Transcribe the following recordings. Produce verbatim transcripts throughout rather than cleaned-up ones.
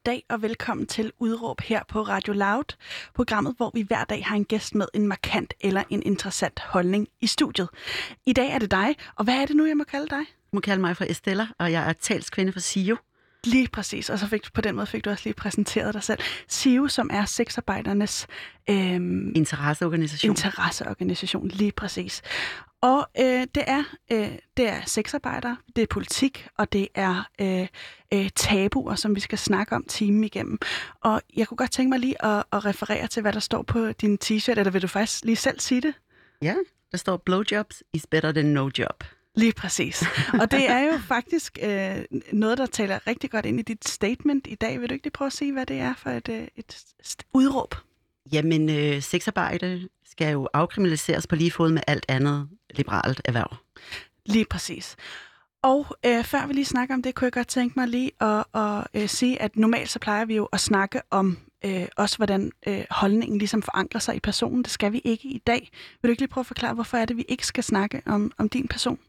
Goddag og velkommen til Udråb her på Radio Loud, programmet, hvor vi hver dag har en gæst med en markant eller en interessant holdning i studiet. I dag er det dig, og hvad er det nu, jeg må kalde dig? Du må kalde mig for Estella, og jeg er talskvinde for S I O. Lige præcis, og så fik, på den måde fik du også lige præsenteret dig selv. S I O, som er sexarbejdernes øhm, interesseorganisation. interesseorganisation, lige præcis. Og øh, det er øh, det er sexarbejdere, det er politik, og det er øh, øh, tabuer, som vi skal snakke om timen igennem. Og jeg kunne godt tænke mig lige at, at referere til, hvad der står på din t-shirt, eller vil du faktisk lige selv sige det? Ja, der står blowjobs is better than no job. Lige præcis. Og det er jo faktisk øh, noget, der taler rigtig godt ind i dit statement i dag. Vil du ikke lige prøve at sige, hvad det er for et, øh, et udråb? Jamen, øh, sexarbejde skal jo afkriminaliseres på lige fod med alt andet liberalt erhverv. Lige præcis. Og øh, før vi lige snakker om det, kunne jeg godt tænke mig lige at, at øh, sige, at normalt så plejer vi jo at snakke om øh, også, hvordan øh, holdningen ligesom forankrer sig i personen. Det skal vi ikke i dag. Vil du ikke lige prøve at forklare, hvorfor er det, vi ikke skal snakke om, om din person?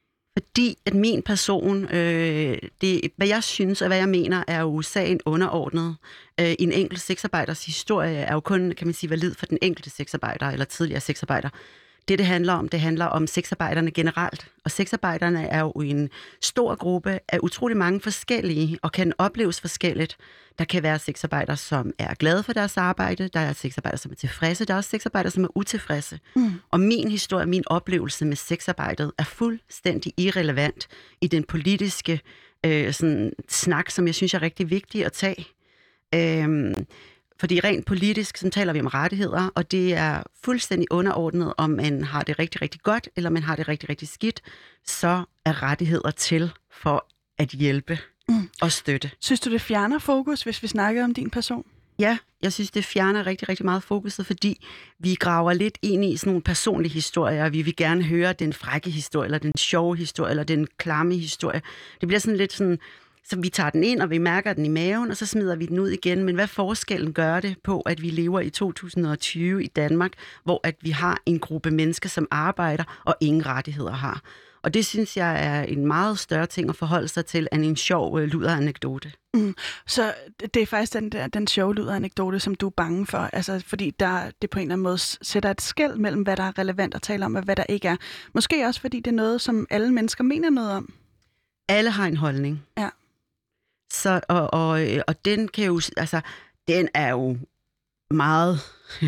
Fordi at min person, øh, det, hvad jeg synes og hvad jeg mener, er jo sagen underordnet. Øh, en enkelt sexarbejders historie er jo kun, kan man sige, valid for den enkelte sexarbejder eller tidligere sexarbejder. Det, det handler om, det handler om sexarbejderne generelt. Og sexarbejderne er jo en stor gruppe af utrolig mange forskellige og kan opleves forskelligt. Der kan være sexarbejdere, som er glade for deres arbejde. Der er sexarbejdere, som er tilfredse. Der er også sexarbejdere, som er utilfredse. Mm. Og min historie, min oplevelse med sexarbejdet er fuldstændig irrelevant i den politiske øh, sådan, snak, som jeg synes er rigtig vigtig at tage. Øhm, Fordi rent politisk, så taler vi om rettigheder, og det er fuldstændig underordnet, om man har det rigtig, rigtig godt, eller man har det rigtig, rigtig skidt, så er rettigheder til for at hjælpe mm. og støtte. Synes du, det fjerner fokus, hvis vi snakker om din person? Ja, jeg synes, det fjerner rigtig, rigtig meget fokuset, fordi vi graver lidt ind i sådan nogle personlige historier. Vi vil gerne høre den frække historie, eller den sjove historie, eller den klamme historie. Det bliver sådan lidt sådan... Så vi tager den ind, og vi mærker den i maven, og så smider vi den ud igen. Men hvad forskellen gør det på, at vi lever i to tusind og tyve i Danmark, hvor at vi har en gruppe mennesker, som arbejder, og ingen rettigheder har? Og det synes jeg er en meget større ting at forholde sig til, end en sjov øh, luderanekdote. Mm. Så det er faktisk den, der, den sjove luderanekdote, som du er bange for, altså fordi der, det på en eller anden måde sætter et skel mellem, hvad der er relevant at tale om, og hvad der ikke er. Måske også, fordi det er noget, som alle mennesker mener noget om. Alle har en holdning. Ja. Så, og, og, og den kan jo, altså, den er jo meget,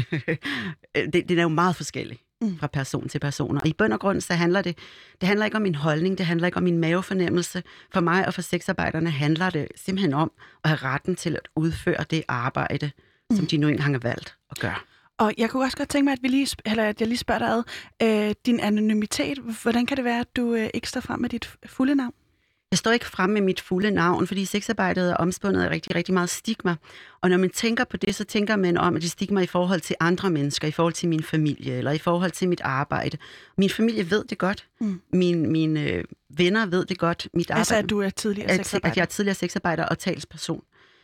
den er jo meget forskellig fra person til person. Og i bund og grund, så handler det, det handler ikke om min holdning, det handler ikke om min mavefornemmelse. For mig og for sexarbejderne handler det simpelthen om at have retten til at udføre det arbejde, mm. som de nu engang har valgt at gøre. Og jeg kunne også godt tænke mig, at, vi lige, eller at jeg lige spørger dig ad, øh, din anonymitet. Hvordan kan det være, at du øh, ikke står frem med dit fulde navn? Jeg står ikke frem med mit fulde navn, fordi sexarbejdet er omspundet af rigtig, rigtig meget stigma. Og når man tænker på det, så tænker man om, at det stigma i forhold til andre mennesker, i forhold til min familie, eller i forhold til mit arbejde. Min familie ved det godt. Mm. Mine, mine øh, venner ved det godt. Mit arbejde, altså, at du er tidligere sexarbejder? At jeg er tidligere sexarbejder og talsperson.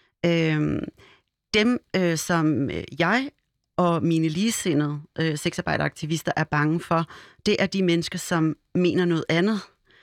Øhm, dem, øh, som jeg og mine ligesindede øh, sexarbejderaktivister er bange for, det er de mennesker, som mener noget andet.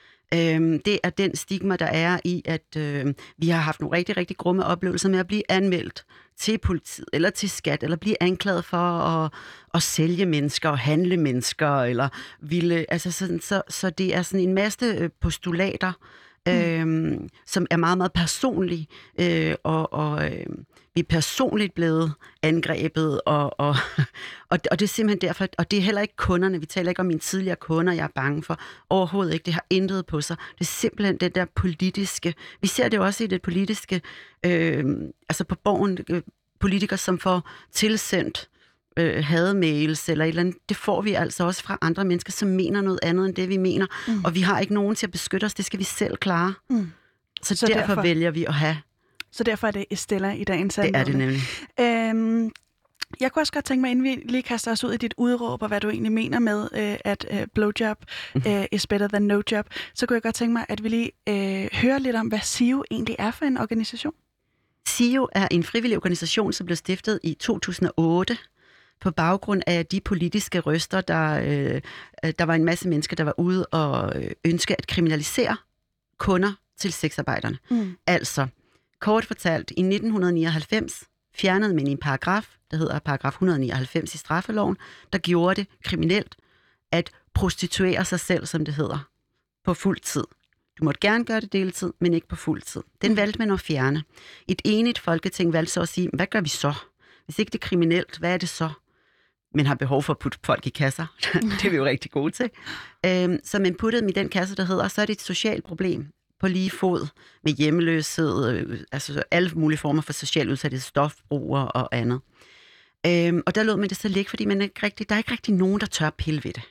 Øhm, det er den stigma, der er i, at øh, vi har haft nogle rigtig, rigtig grumme oplevelser med at blive anmeldt til politiet, eller til skat, eller blive anklaget for at, at sælge mennesker, og handle mennesker, eller ville, altså sådan, så, så det er sådan en masse postulater, øh, mm. som er meget, meget personlige, øh, og, og øh, vi er personligt blevet angrebet, og, og, og, og det er simpelthen derfor, og det er heller ikke kunderne, vi taler ikke om mine tidligere kunder, jeg er bange for, overhovedet ikke, det har intet på sig, det er simpelthen den der politiske, vi ser det jo også i det politiske, øh, altså på borgen, øh, politikere, som får tilsendt øh, hademails eller et eller andet, det får vi altså også fra andre mennesker, som mener noget andet end det, vi mener, mm. og vi har ikke nogen til at beskytte os, det skal vi selv klare, mm. så, så derfor, derfor vælger vi at have. Så derfor er det Estella i dagens anledning. Det er det nemlig. Øhm, jeg kunne også godt tænke mig, inden vi lige kaster os ud i dit udråb, og hvad du egentlig mener med, øh, at øh, blowjob øh, is better than no job, så kunne jeg godt tænke mig, at vi lige øh, hører lidt om, hvad S I O egentlig er for en organisation. S I O er en frivillig organisation, som blev stiftet i to tusind og otte på baggrund af de politiske røster, der, øh, der var en masse mennesker, der var ude og ønske at kriminalisere kunder til sexarbejderne. Mm. Altså kort fortalt, i nitten nioghalvfems fjernede man en paragraf, der hedder paragraf et hundrede nioghalvfems i straffeloven, der gjorde det kriminelt at prostituere sig selv, som det hedder, på fuld tid. Du måtte gerne gøre det deltid, men ikke på fuld tid. Den valgte man at fjerne. Et enigt folketing valgte så at sige, hvad gør vi så? Hvis ikke det er kriminelt, hvad er det så? Man har behov for at putte folk i kasser. Det er vi jo rigtig gode til. Øhm, så man puttede dem i den kasse, der hedder, så er det et socialt problem på lige fod med hjemmeløshed, øh, altså alle mulige former for social udsathed, stofbrugere og andet. Øhm, og der lod man det så ligge, fordi man ikke rigtig, der er ikke rigtig nogen, der tør pille ved det.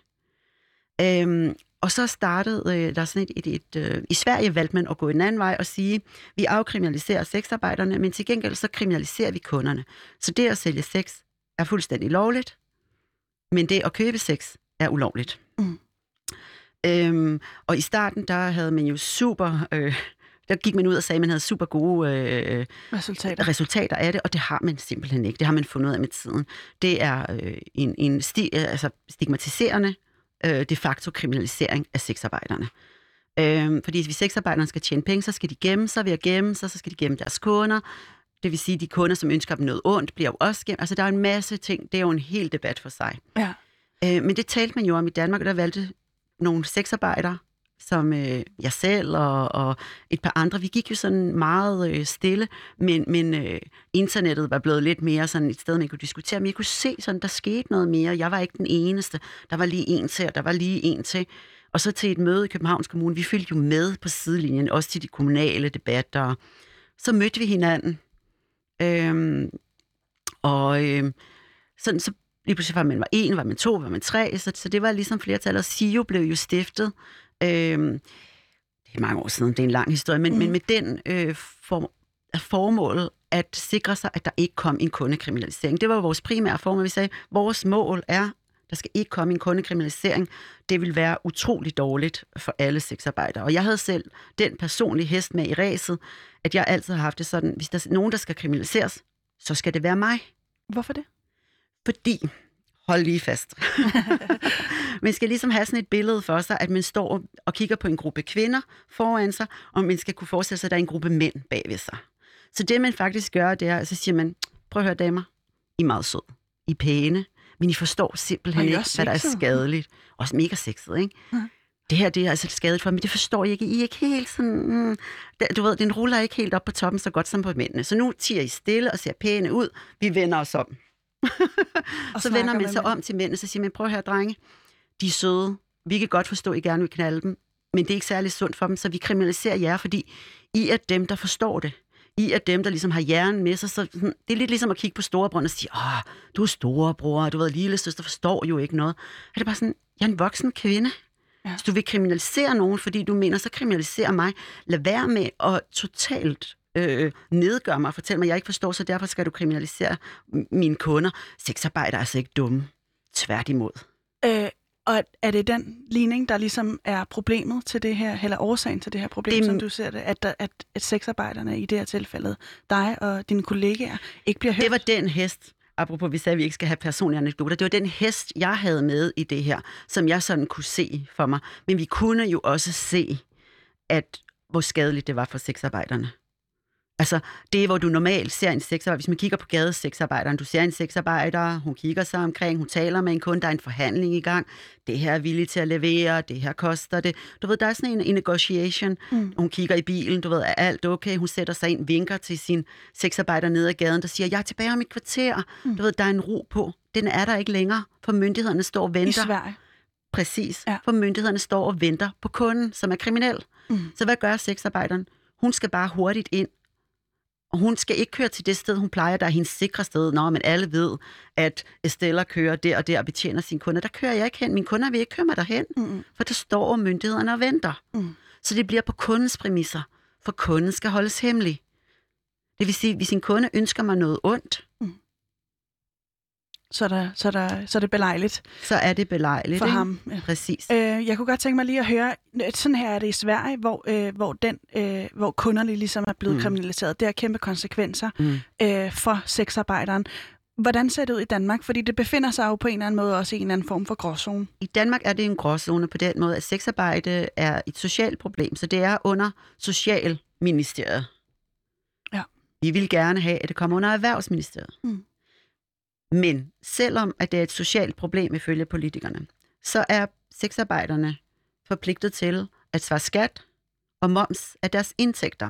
Øhm, og så startede øh, der sådan et, et, et øh, i Sverige valgte man at gå en anden vej og sige, vi afkriminaliserer sexarbejderne, men til gengæld så kriminaliserer vi kunderne. Så det at sælge sex er fuldstændig lovligt, men det at købe sex er ulovligt. Mm. Øhm, og i starten, der havde man jo super... Øh, der gik man ud og sagde, at man havde super gode øh, resultater. resultater af det, og det har man simpelthen ikke. Det har man fundet ud af med tiden. Det er øh, en, en sti, altså stigmatiserende øh, de facto kriminalisering af sexarbejderne. Øh, fordi hvis sexarbejderne skal tjene penge, så skal de gemme sig ved at gemme sig, så skal de gemme deres kunder. Det vil sige, at de kunder, som ønsker dem noget ondt, bliver jo også gemt. Altså, der er en masse ting. Det er jo en hel debat for sig. Ja. Øh, men det talte man jo om i Danmark, og der valgte nogle sexarbejdere, som øh, jeg selv og, og et par andre. Vi gik jo sådan meget øh, stille, men, men øh, internettet var blevet lidt mere sådan et sted, man kunne diskutere. Men jeg kunne se, sådan der skete noget mere. Jeg var ikke den eneste. Der var lige en til, og der var lige en til. Og så til et møde i Københavns Kommune. Vi følte jo med på sidelinjen, også til de kommunale debatter. Så mødte vi hinanden. Øhm, og øh, sådan så lige pludselig var man var en, var man to, var man tre, så, så det var ligesom flertal, og S I O blev jo stiftet. Øhm, det er mange år siden, det er en lang historie, men, mm. men med den øh, form, formål at sikre sig, at der ikke kom en kundekriminalisering. Det var vores primære formål. Vi sagde, vores mål er, der skal ikke komme en kundekriminalisering. Det vil være utroligt dårligt for alle sexarbejdere. Og jeg havde selv den personlige hest med i ræset, at jeg altid har haft det sådan, hvis der er nogen, der skal kriminaliseres, så skal det være mig. Hvorfor det? Fordi, hold lige fast, man skal ligesom have sådan et billede for sig, at man står og kigger på en gruppe kvinder foran sig, og man skal kunne forestille sig, at der er en gruppe mænd bagved sig. Så det, man faktisk gør, det er, så siger man, prøv at høre damer, I er meget søde, I er pæne, men I forstår simpelthen ikke, hvad der er skadeligt. Også mega sexet, ikke? Ja. Det her, det er altså skadeligt for mig, det forstår I ikke. I er ikke helt sådan... Mm, du ved, den ruller ikke helt op på toppen så godt som på mændene. Så nu tiger I stille og ser pæne ud. Vi vender os om. så vender man sig om til mændene, så siger man, prøv at høre, drenge, de er søde. Vi kan godt forstå, at I gerne vil knalde dem, men det er ikke særlig sundt for dem, så vi kriminaliserer jer, fordi I er dem, der forstår det. I er dem, der ligesom har hjernen med sig. Så det er lidt ligesom at kigge på storebror og sige, åh, du er storebror, du ved, lille søster forstår jo ikke noget. Er det bare sådan, jeg er en voksen kvinde. Ja. Hvis du vil kriminalisere nogen, fordi du mener, så kriminaliserer mig. Lad være med at totalt øh, nedgøre mig og fortælle mig, at jeg ikke forstår, så derfor skal du kriminalisere mine kunder. Sexarbejdere er altså ikke dumme. Tværtimod. Øh, og er det den ligning, der ligesom er problemet til det her, eller årsagen til det her problem, det, som du ser det, at, der, at, at sexarbejderne i det her tilfælde, dig og dine kollegaer, ikke bliver hørt? Det var den hest, apropos vi sagde, at vi ikke skal have personlige anekdoter, det var den hest, jeg havde med i det her, som jeg sådan kunne se for mig. Men vi kunne jo også se, at hvor skadeligt det var for sexarbejderne. Altså, det er, hvor du normalt ser en sexarbejder. Hvis man kigger på gadesexarbejderen, du ser en sexarbejder, hun kigger sig omkring, hun taler med en kunde, der er en forhandling i gang. Det her er villig til at levere, det her koster det. Du ved, der er sådan en, en negotiation. Mm. Hun kigger i bilen, du ved, er alt okay? Hun sætter sig ind, vinker til sin sexarbejder nede ad gaden, der siger, jeg er tilbage om et kvarter. Mm. Du ved, der er en ro på. Den er der ikke længere, for myndighederne står og venter. I Sverige. Præcis, ja. For myndighederne står og venter på kunden, som er kriminel. Mm. Så hvad gør sexarbejderen? Hun skal bare hurtigt ind. Og hun skal ikke køre til det sted, hun plejer, der er hendes sikre sted. Nå, men alle ved, at Estella kører der og der og betjener sine kunder. Der kører jeg ikke hen. Mine kunder vil ikke køre mig derhen, mm. for der står myndighederne og venter. Mm. Så det bliver på kundens præmisser, for kunden skal holdes hemmelig. Det vil sige, hvis en kunde ønsker mig noget ondt, mm. så, der, så, der, så er det belejligt. Så er det belejligt, for ikke? ham. Ja. Præcis. Øh, jeg kunne godt tænke mig lige at høre, sådan her er det i Sverige, hvor, øh, hvor, den, øh, hvor kunderne ligesom er blevet mm. kriminaliseret. Det har kæmpe konsekvenser mm. øh, for sexarbejderen. Hvordan ser det ud i Danmark? Fordi det befinder sig jo på en eller anden måde også i en eller anden form for gråzone. I Danmark er det en gråzone på den måde, at sexarbejde er et socialt problem, så det er under Socialministeriet. Ja. Vi vil gerne have, at det kommer under Erhvervsministeriet. Mm. Men selvom at det er et socialt problem ifølge politikerne, så er sexarbejderne forpligtet til at svare skat og moms af deres indtægter.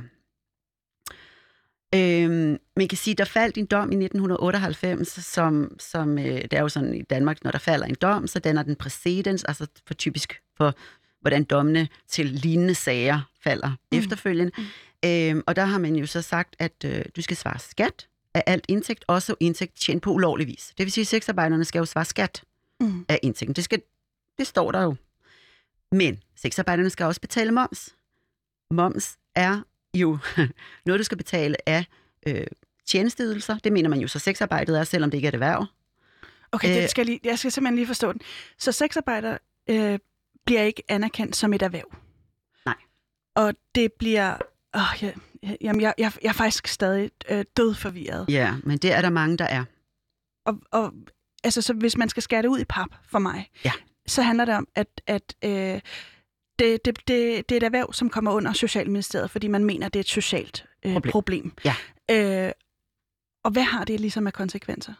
Øhm, man kan sige, der faldt en dom i nitten otteoghalvfems, som, som øh, det er jo sådan i Danmark, når der falder en dom, så danner den præcedens, altså for typisk for, hvordan dommene til lignende sager falder mm. efterfølgende. Mm. Øhm, og der har man jo så sagt, at øh, du skal svare skat af alt indtægt, også indtægt tjent på ulovlig vis. Det vil sige, at sexarbejderne skal jo svare skat mm. af indtægten. Det, skal, det står der jo. Men sexarbejderne skal også betale moms. Moms er jo noget, du skal betale af øh, tjenesteydelser. Det mener man jo så sexarbejdet er, selvom det ikke er et erhverv. Okay, det skal jeg, lige, jeg skal simpelthen lige forstå den. Så sexarbejder øh, bliver ikke anerkendt som et erhverv? Nej. Og det bliver... Åh, jeg, jamen, jeg, jeg, jeg er faktisk stadig øh, dødforvirret. Ja, men det er der mange, der er. Og, og altså, så hvis man skal skære det ud i pap for mig, ja. så handler det om, at, at øh, det, det, det, det er et erhverv, som kommer under Socialministeriet, fordi man mener, det er et socialt øh, problem. problem. Ja. Øh, og hvad har det ligesom af konsekvenser?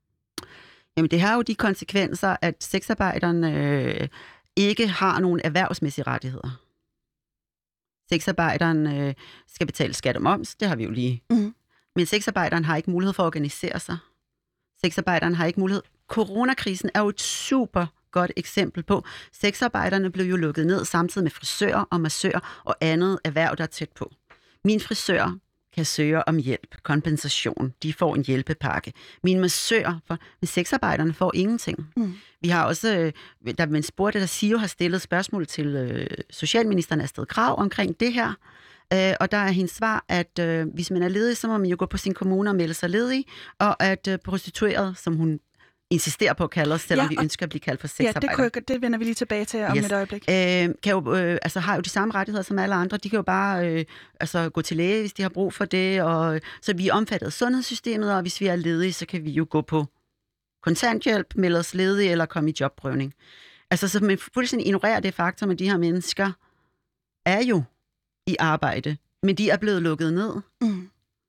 Jamen, det har jo de konsekvenser, at sexarbejderne øh, ikke har nogen erhvervsmæssige rettigheder. Sexarbejderen øh, skal betale skat og moms, det har vi jo lige. Mm. Men sexarbejderen har ikke mulighed for at organisere sig. Sexarbejderen har ikke mulighed. Coronakrisen er jo et super godt eksempel på. Sexarbejderne blev jo lukket ned samtidig med frisører og massører og andet erhverv, der er tæt på. Min frisør kan søge om hjælp, kompensation. De får en hjælpepakke. Mine massører, for, men sexarbejderne får ingenting. Mm. Vi har også, der man spurgte, der S I O har stillet spørgsmål til øh, socialministeren Astrid Krag omkring det her. Øh, og der er hendes svar, at øh, hvis man er ledig, så må man jo gå på sin kommune og melde sig ledig, og at øh, prostitueret, som hun insisterer på at kalde os, selvom ja, vi ønsker at blive kaldt for sexarbejdere. Ja, det, det vender vi lige tilbage til om yes. et øjeblik. Øh, kan jo, øh, altså, har jo de samme rettigheder som alle andre. De kan jo bare øh, altså, gå til læge, hvis de har brug for det. Og, så vi er omfattet af sundhedssystemet, og hvis vi er ledige, så kan vi jo gå på kontanthjælp, melde os ledige eller komme i jobprøvning. Altså, så man fuldstændig ignorerer det faktum, at de her mennesker er jo i arbejde, men de er blevet lukket ned. Mm.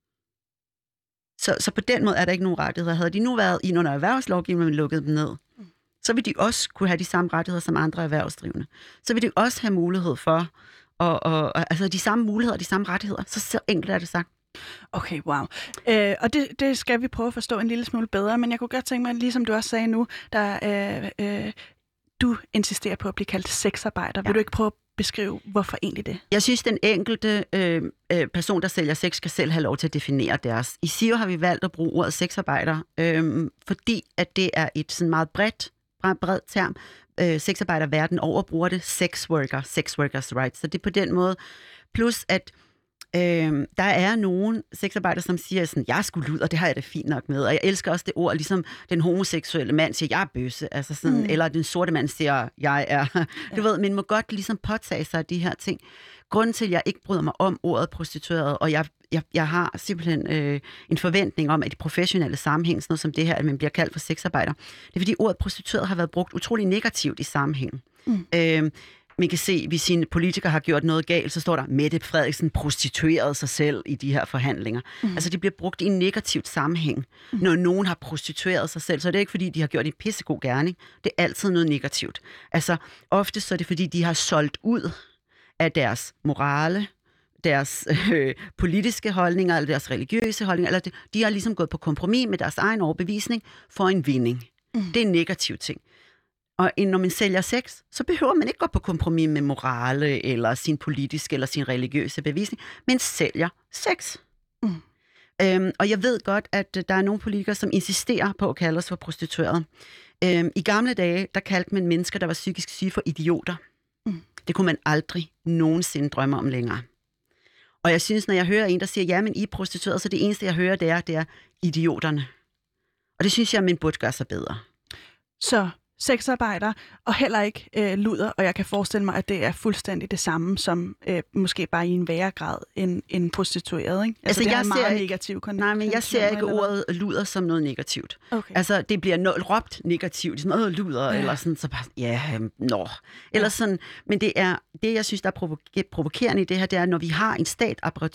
Så, så på den måde er der ikke nogen rettigheder. Havde de nu været i nogle erhvervslovgivning, men lukket dem ned, mm. så vil de også kunne have de samme rettigheder som andre erhvervsdrivende. Så vil de også have mulighed for, og, og, altså de samme muligheder og de samme rettigheder. Så, så enkelt er det sagt. Okay, wow. Øh, og det, det skal vi prøve at forstå en lille smule bedre, men jeg kunne godt tænke mig, ligesom du også sagde nu, der, øh, øh, du insisterer på at blive kaldt sexarbejder. Ja. Vil du ikke prøve at beskrive, hvorfor egentlig det? Jeg synes, den enkelte øh, øh, person, der sælger sex, skal selv have lov til at definere deres. I S I O har vi valgt at bruge ordet sexarbejder, øh, fordi at det er et sådan meget bredt, bredt term. Øh, sexarbejder verden over bruger det sex worker, sex workers rights. Så det er på den måde. Plus at øh, der er nogle sexarbejdere, som siger sådan, jeg er sgu lud, og det har jeg det fint nok med. Og jeg elsker også det ord, ligesom den homoseksuelle mand siger, jeg er bøsse. Altså sådan, mm. Eller den sorte mand siger, jeg er. Ja. Du ved, men må godt ligesom påtage sig af de her ting. Grunden til, at jeg ikke bryder mig om ordet prostitueret, og jeg, jeg, jeg har simpelthen øh, en forventning om, at i professionelle sammenhæng, sådan noget som det her, at man bliver kaldt for sexarbejder, det er fordi ordet prostitueret har været brugt utrolig negativt i sammenhængen. Mm. Øh, man kan se, hvis sine politikere har gjort noget galt, så står der, Mette Frederiksen prostituerede sig selv i de her forhandlinger. Mm. Altså, det bliver brugt i en negativt sammenhæng, mm. når nogen har prostitueret sig selv. Så det er ikke, fordi de har gjort en pissegod gerning. Det er altid noget negativt. Altså, ofte så er det, fordi de har solgt ud af deres morale, deres øh, politiske holdninger, eller deres religiøse holdninger, eller det, de har ligesom gået på kompromis med deres egen overbevisning for en vinding. Mm. Det er en negativ ting. Og når man sælger sex, så behøver man ikke gå på kompromis med morale, eller sin politiske, eller sin religiøse bevisning, men sælger sex. Mm. Øhm, og jeg ved godt, at der er nogle politikere, som insisterer på at kalde os for prostituerede. Øhm, I gamle dage, der kaldte man mennesker, der var psykisk syge, for idioter. Mm. Det kunne man aldrig nogensinde drømme om længere. Og jeg synes, når jeg hører en, der siger, ja, men I er prostituerede, så det eneste, jeg hører, det er, det er idioterne. Og det synes jeg, at man burde gøre sig bedre. Så sexarbejder, og heller ikke øh, luder, og jeg kan forestille mig, at det er fuldstændig det samme som øh, måske bare i en værre grad end en prostitueret, ikke? Altså, altså det jeg er en meget ser negativ kon- Nej, men jeg ser ikke ordet luder som noget negativt. Okay. Altså, det bliver no- råbt negativt, sådan noget luder, ja. Eller sådan, så bare, ja, øhm, nå. Eller ja. Sådan, men det er, det jeg synes, der er provo- provokerende i det her, det er, når vi har en statsapparatur,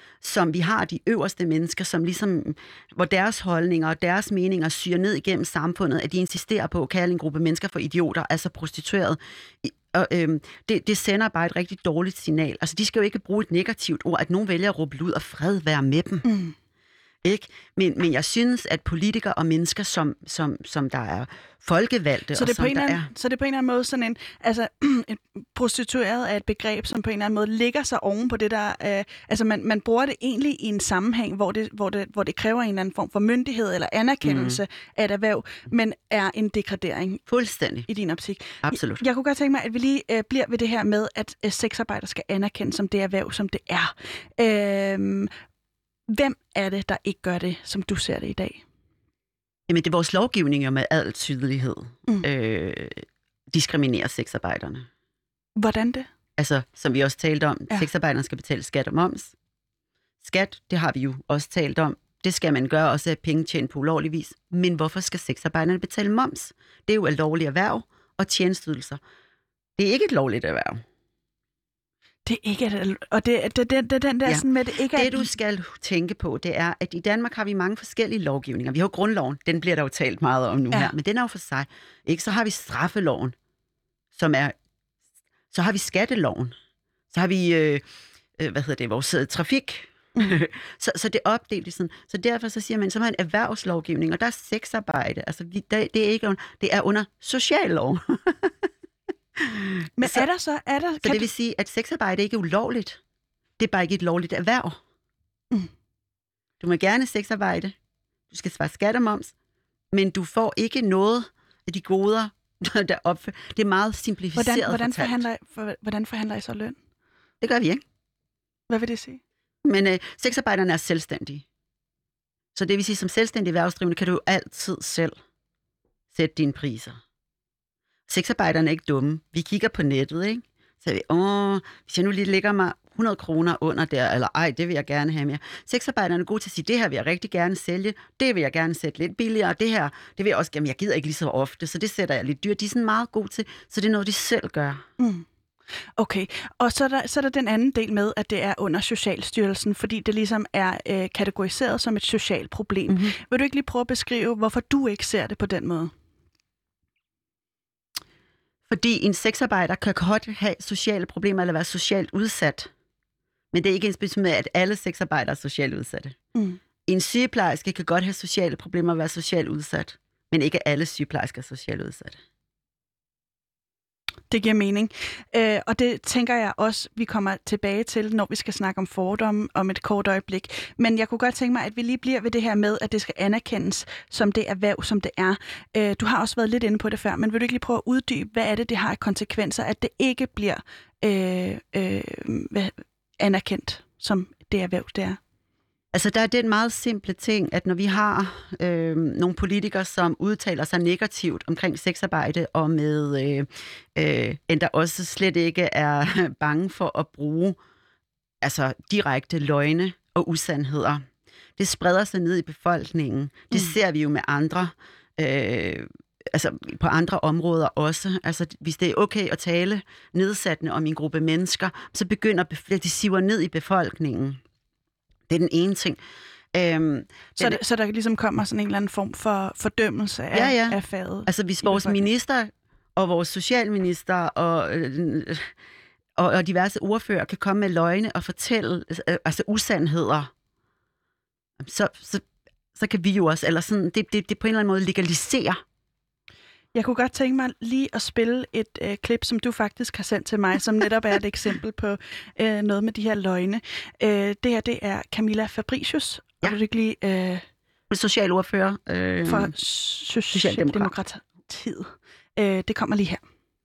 som vi har de øverste mennesker, som ligesom, hvor deres holdninger og deres meninger syrer ned igennem samfundet, at de insisterer på at kalde en gruppe mennesker for idioter, altså prostitueret. Og øhm, det, det sender bare et rigtig dårligt signal. Altså, de skal jo ikke bruge et negativt ord, at nogen vælger at råbe ud og fred være med dem. Mm. Ikke? Men, men jeg synes, at politikere og mennesker, som, som, som der er folkevalgte, så det og som der anden, er... Så det er på en eller anden måde sådan en... Altså, en prostitueret er et begreb, som på en eller anden måde ligger sig oven på det, der... Øh, altså, man, man bruger det egentlig i en sammenhæng, hvor det, hvor det, hvor det kræver en eller anden form for myndighed eller anerkendelse mm. af et erhverv, men er en degradering. Fuldstændig. I din optik. Absolut. Jeg, jeg kunne godt tænke mig, at vi lige øh, bliver ved det her med, at øh, sexarbejder skal anerkendes som det erhverv, som det er. Øh, Hvem er det, der ikke gør det, som du ser det i dag? Jamen, det er vores lovgivning jo med al tydelighed. Mm. Øh, diskriminerer sexarbejderne. Hvordan det? Altså, som vi også talte om, ja. Sexarbejderne skal betale skat og moms. Skat, det har vi jo også talt om. Det skal man gøre, også af penge tjent på ulovlig vis. Men hvorfor skal sexarbejderne betale moms? Det er jo et lovligt erhverv og tjenestydelser. Det er ikke et lovligt erhverv. Det er ikke, og det, det, det, det den der ja. sådan med, det ikke er... Det, du skal tænke på, det er, at i Danmark har vi mange forskellige lovgivninger. Vi har jo grundloven, den bliver der jo talt meget om nu ja. her, men den er jo for sig. Ikke? Så har vi straffeloven, som er... Så har vi skatteloven. Så har vi, øh, hvad hedder det, vores øh, trafik. Mm. så, så det er opdelt i sådan. Så derfor så siger man, så har en erhvervslovgivning, og der er sexarbejde. Altså, vi, der, det, er ikke under, det er under sociallov. Men så, er der så... Er der, så det vil sige, at sexarbejde ikke er ulovligt. Det er bare ikke et lovligt erhverv. Mm. Du må gerne sexarbejde. Du skal svare skat og moms. Men du får ikke noget af de goder, der opfører. Det er meget simplificeret hvordan, hvordan forhandler, for, hvordan forhandler I så løn? Det gør vi ikke. Hvad vil det sige? Men øh, sexarbejderne er selvstændige. Så det vil sige, som selvstændig erhvervsdrivende kan du jo altid selv sætte dine priser. Sexarbejderne er ikke dumme. Vi kigger på nettet, ikke? Så vi, åh, hvis jeg nu lige lægger mig hundrede kroner under der, eller ej, det vil jeg gerne have mere. Sexarbejderne er gode til at sige, det her vil jeg rigtig gerne sælge, det vil jeg gerne sætte lidt billigere, det her, det vil jeg også gerne, jeg gider ikke lige så ofte, så det sætter jeg lidt dyrt. De er sådan meget gode til, så det er noget, de selv gør. Mm. Okay, og så er, der, så er der den anden del med, at det er under Socialstyrelsen, fordi det ligesom er øh, kategoriseret som et socialt problem. Mm-hmm. Vil du ikke lige prøve at beskrive, hvorfor du ikke ser det på den måde? Fordi en sexarbejder kan godt have sociale problemer eller være socialt udsat. Men det er ikke ensbetydende med, at alle sexarbejdere er socialt udsatte. Mm. En sygeplejerske kan godt have sociale problemer og være socialt udsat. Men ikke alle sygeplejersker er socialt udsatte. Det giver mening. Øh, og det tænker jeg også, vi kommer tilbage til, når vi skal snakke om fordomme om et kort øjeblik. Men jeg kunne godt tænke mig, at vi lige bliver ved det her med, at det skal anerkendes som det erhverv, som det er. Øh, du har også været lidt inde på det før, men vil du ikke lige prøve at uddybe, hvad er det, det har af konsekvenser, at det ikke bliver øh, øh, anerkendt som det erhverv, det er? Altså, der er den meget simple ting, at når vi har øh, nogle politikere, som udtaler sig negativt omkring sexarbejde, og med øh, øh, endda også slet ikke er bange for at bruge altså, direkte løgne og usandheder. Det spreder sig ned i befolkningen. Det mm. ser vi jo med andre, øh, altså på andre områder også. Altså, hvis det er okay at tale nedsættende om en gruppe mennesker, så begynder de siver ned i befolkningen. Det er den ene ting. Øhm, så, det, så der ligesom kommer sådan en eller anden form for fordømmelse af, ja, ja. af faget? Altså hvis vores minister og vores socialminister og, øh, og, og diverse ordfører kan komme med løgne og fortælle øh, altså usandheder, så, så, så kan vi jo også, eller sådan, det, det, det på en eller anden måde legaliserer. Jeg kunne godt tænke mig lige at spille et øh, klip, som du faktisk har sendt til mig, som netop er et eksempel på øh, noget med de her løgne. Øh, det her, det er Camilla Fabricius, ja. Og du ikke lige... Øh, socialordfører. Øh, for Socialdemokratiet. Øh, det kommer lige her.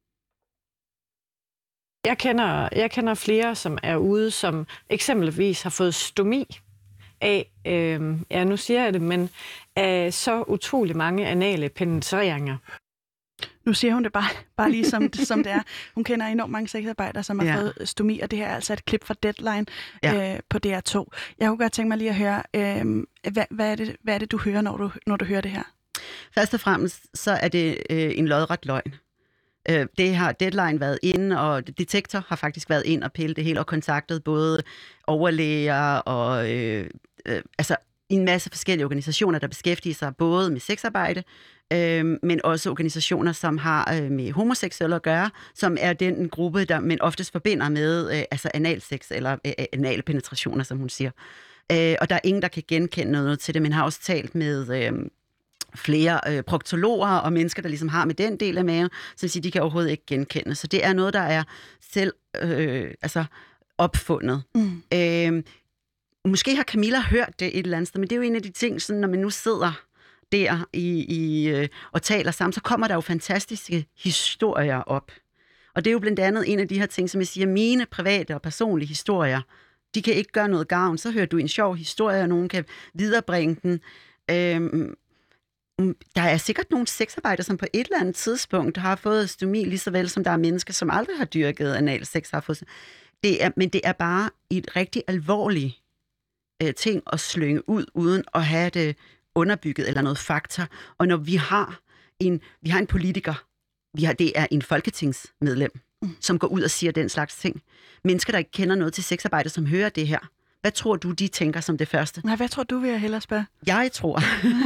Jeg kender, jeg kender flere, som er ude, som eksempelvis har fået stomi af, øh, ja nu siger jeg det, men af så utrolig mange anale penetreringer. Nu siger hun det bare, bare lige som, som det er. Hun kender enormt mange sexarbejdere, som har ja. fået stomi, og det her er altså et klip fra Deadline ja. øh, på D R to. Jeg kunne godt tænke mig lige at høre, øh, hvad, hvad, er det, hvad er det, du hører, når du, når du hører det her? Først og fremmest, så er det øh, en lodret løgn. Øh, det har Deadline været inde, og Detektor har faktisk været ind og pille det hele, og kontaktet både overlæger og øh, øh, altså en masse forskellige organisationer, der beskæftiger sig både med sexarbejde, øh, men også organisationer, som har øh, med homoseksuelle at gøre, som er den gruppe, der man oftest forbinder med øh, altså analsex eller øh, anale penetrationer, som hun siger. Øh, og der er ingen, der kan genkende noget til det, men har også talt med øh, flere øh, proktologer og mennesker, der ligesom har med den del af maven, som siger, de kan overhovedet ikke genkende. Så det er noget, der er selv øh, altså opfundet. Mm. Øh, måske har Camilla hørt det et eller andet sted, men det er jo en af de ting, sådan, når man nu sidder der i, i, øh, og taler sammen, så kommer der jo fantastiske historier op. Og det er jo blandt andet en af de her ting, som jeg siger, mine private og personlige historier, de kan ikke gøre noget gavn. Så hører du en sjov historie, og nogen kan viderebringe den. Øhm, der er sikkert nogle sexarbejdere, som på et eller andet tidspunkt har fået stomi, lige så vel som der er mennesker, som aldrig har dyrket analsex. Har fået. Det er, men det er bare et rigtig alvorligt øh, ting at slynge ud, uden at have det underbygget eller noget fakta. Og når vi har en, vi har en politiker, vi har, det er en folketingsmedlem, mm. som går ud og siger den slags ting. Mennesker, der ikke kender noget til sexarbejde, som hører det her. Hvad tror du, de tænker som det første? Nej, hvad tror du, vil jeg hellere spørge? Jeg tror...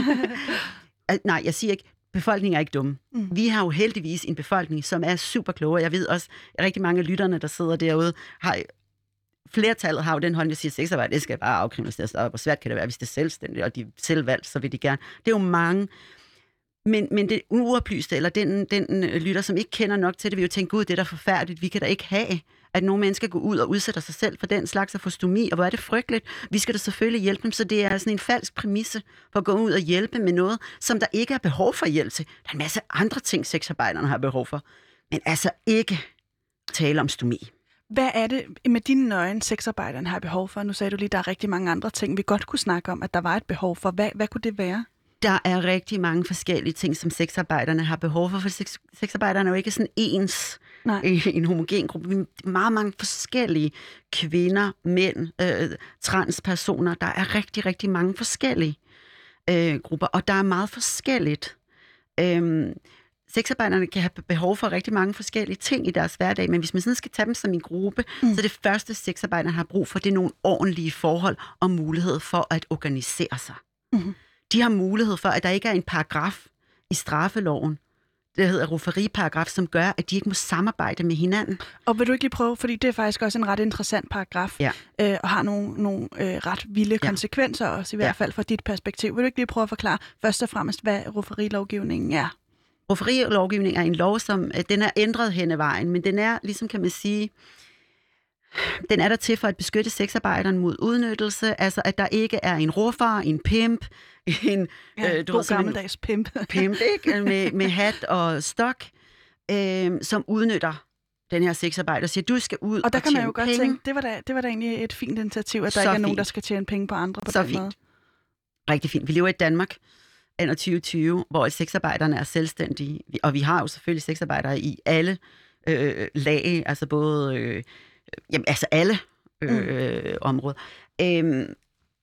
Nej, jeg siger ikke, befolkningen er ikke dumme. Mm. Vi har jo heldigvis en befolkning, som er super kloge. Jeg ved også, at rigtig mange af lytterne, der sidder derude, har... Flertallet har jo den holdning, der siger, at sexarbejde, det skal bare afkriminaliseres, og hvor svært kan det være, hvis det er selvstændigt, og de er selvvalgt, så vil de gerne. Det er jo mange... Men, men det uoplyste, eller den, den lytter, som ikke kender nok til det, vil jo tænke, gud, det er da forfærdeligt. Vi kan da ikke have, at nogle mennesker går ud og udsætter sig selv for den slags af stomi, og hvor er det frygteligt. Vi skal da selvfølgelig hjælpe dem, så det er sådan en falsk præmisse for at gå ud og hjælpe med noget, som der ikke er behov for hjælp til. Der er en masse andre ting, sexarbejderne har behov for, men altså ikke tale om stomi. Hvad er det med dine øjne, sexarbejderne har behov for? Nu sagde du lige, at der er rigtig mange andre ting, vi godt kunne snakke om, at der var et behov for. Hvad, hvad kunne det være? Der er rigtig mange forskellige ting, som sexarbejderne har behov for, for sex, sexarbejderne er jo ikke sådan ens i en homogen gruppe. Vi er meget mange forskellige kvinder, mænd, øh, transpersoner. Der er rigtig, rigtig mange forskellige øh, grupper, og der er meget forskelligt. Øh, Sexarbejderne kan have behov for rigtig mange forskellige ting i deres hverdag, men hvis man sådan skal tage dem som en gruppe, mm. så det første, sexarbejderne har brug for, det er nogle ordentlige forhold og mulighed for at organisere sig. Mm. De har mulighed for, at der ikke er en paragraf i straffeloven, det hedder rufferiparagraf, som gør, at de ikke må samarbejde med hinanden. Og vil du ikke lige prøve, fordi det er faktisk også en ret interessant paragraf, ja. øh, og har nogle, nogle øh, ret vilde ja. konsekvenser også, i hvert fald fra dit perspektiv. Vil du ikke lige prøve at forklare først og fremmest, hvad rufferilovgivningen er? Rufferilovgivningen er en lov, som den er ændret hen ad vejen, men den er, ligesom kan man sige, den er der til for at beskytte sexarbejderen mod udnyttelse, altså at der ikke er en ruffer, en pimp, en ja, øh, du god gammeldags pimp, pimp ikke? Med, med hat og stok, øh, som udnytter den her sexarbejder og siger, du skal ud og, og der og kan man jo penge. godt tænke, det var, da, det var da egentlig et fint initiativ, at der så ikke er fint. Nogen, der skal tjene penge på andre på så den fint. måde. Rigtig fint. Vi lever i Danmark under tyve tyve, hvor sexarbejderne er selvstændige, og vi har jo selvfølgelig sexarbejdere i alle øh, lag, altså både øh, jamen, altså alle øh, mm. områder. Øhm,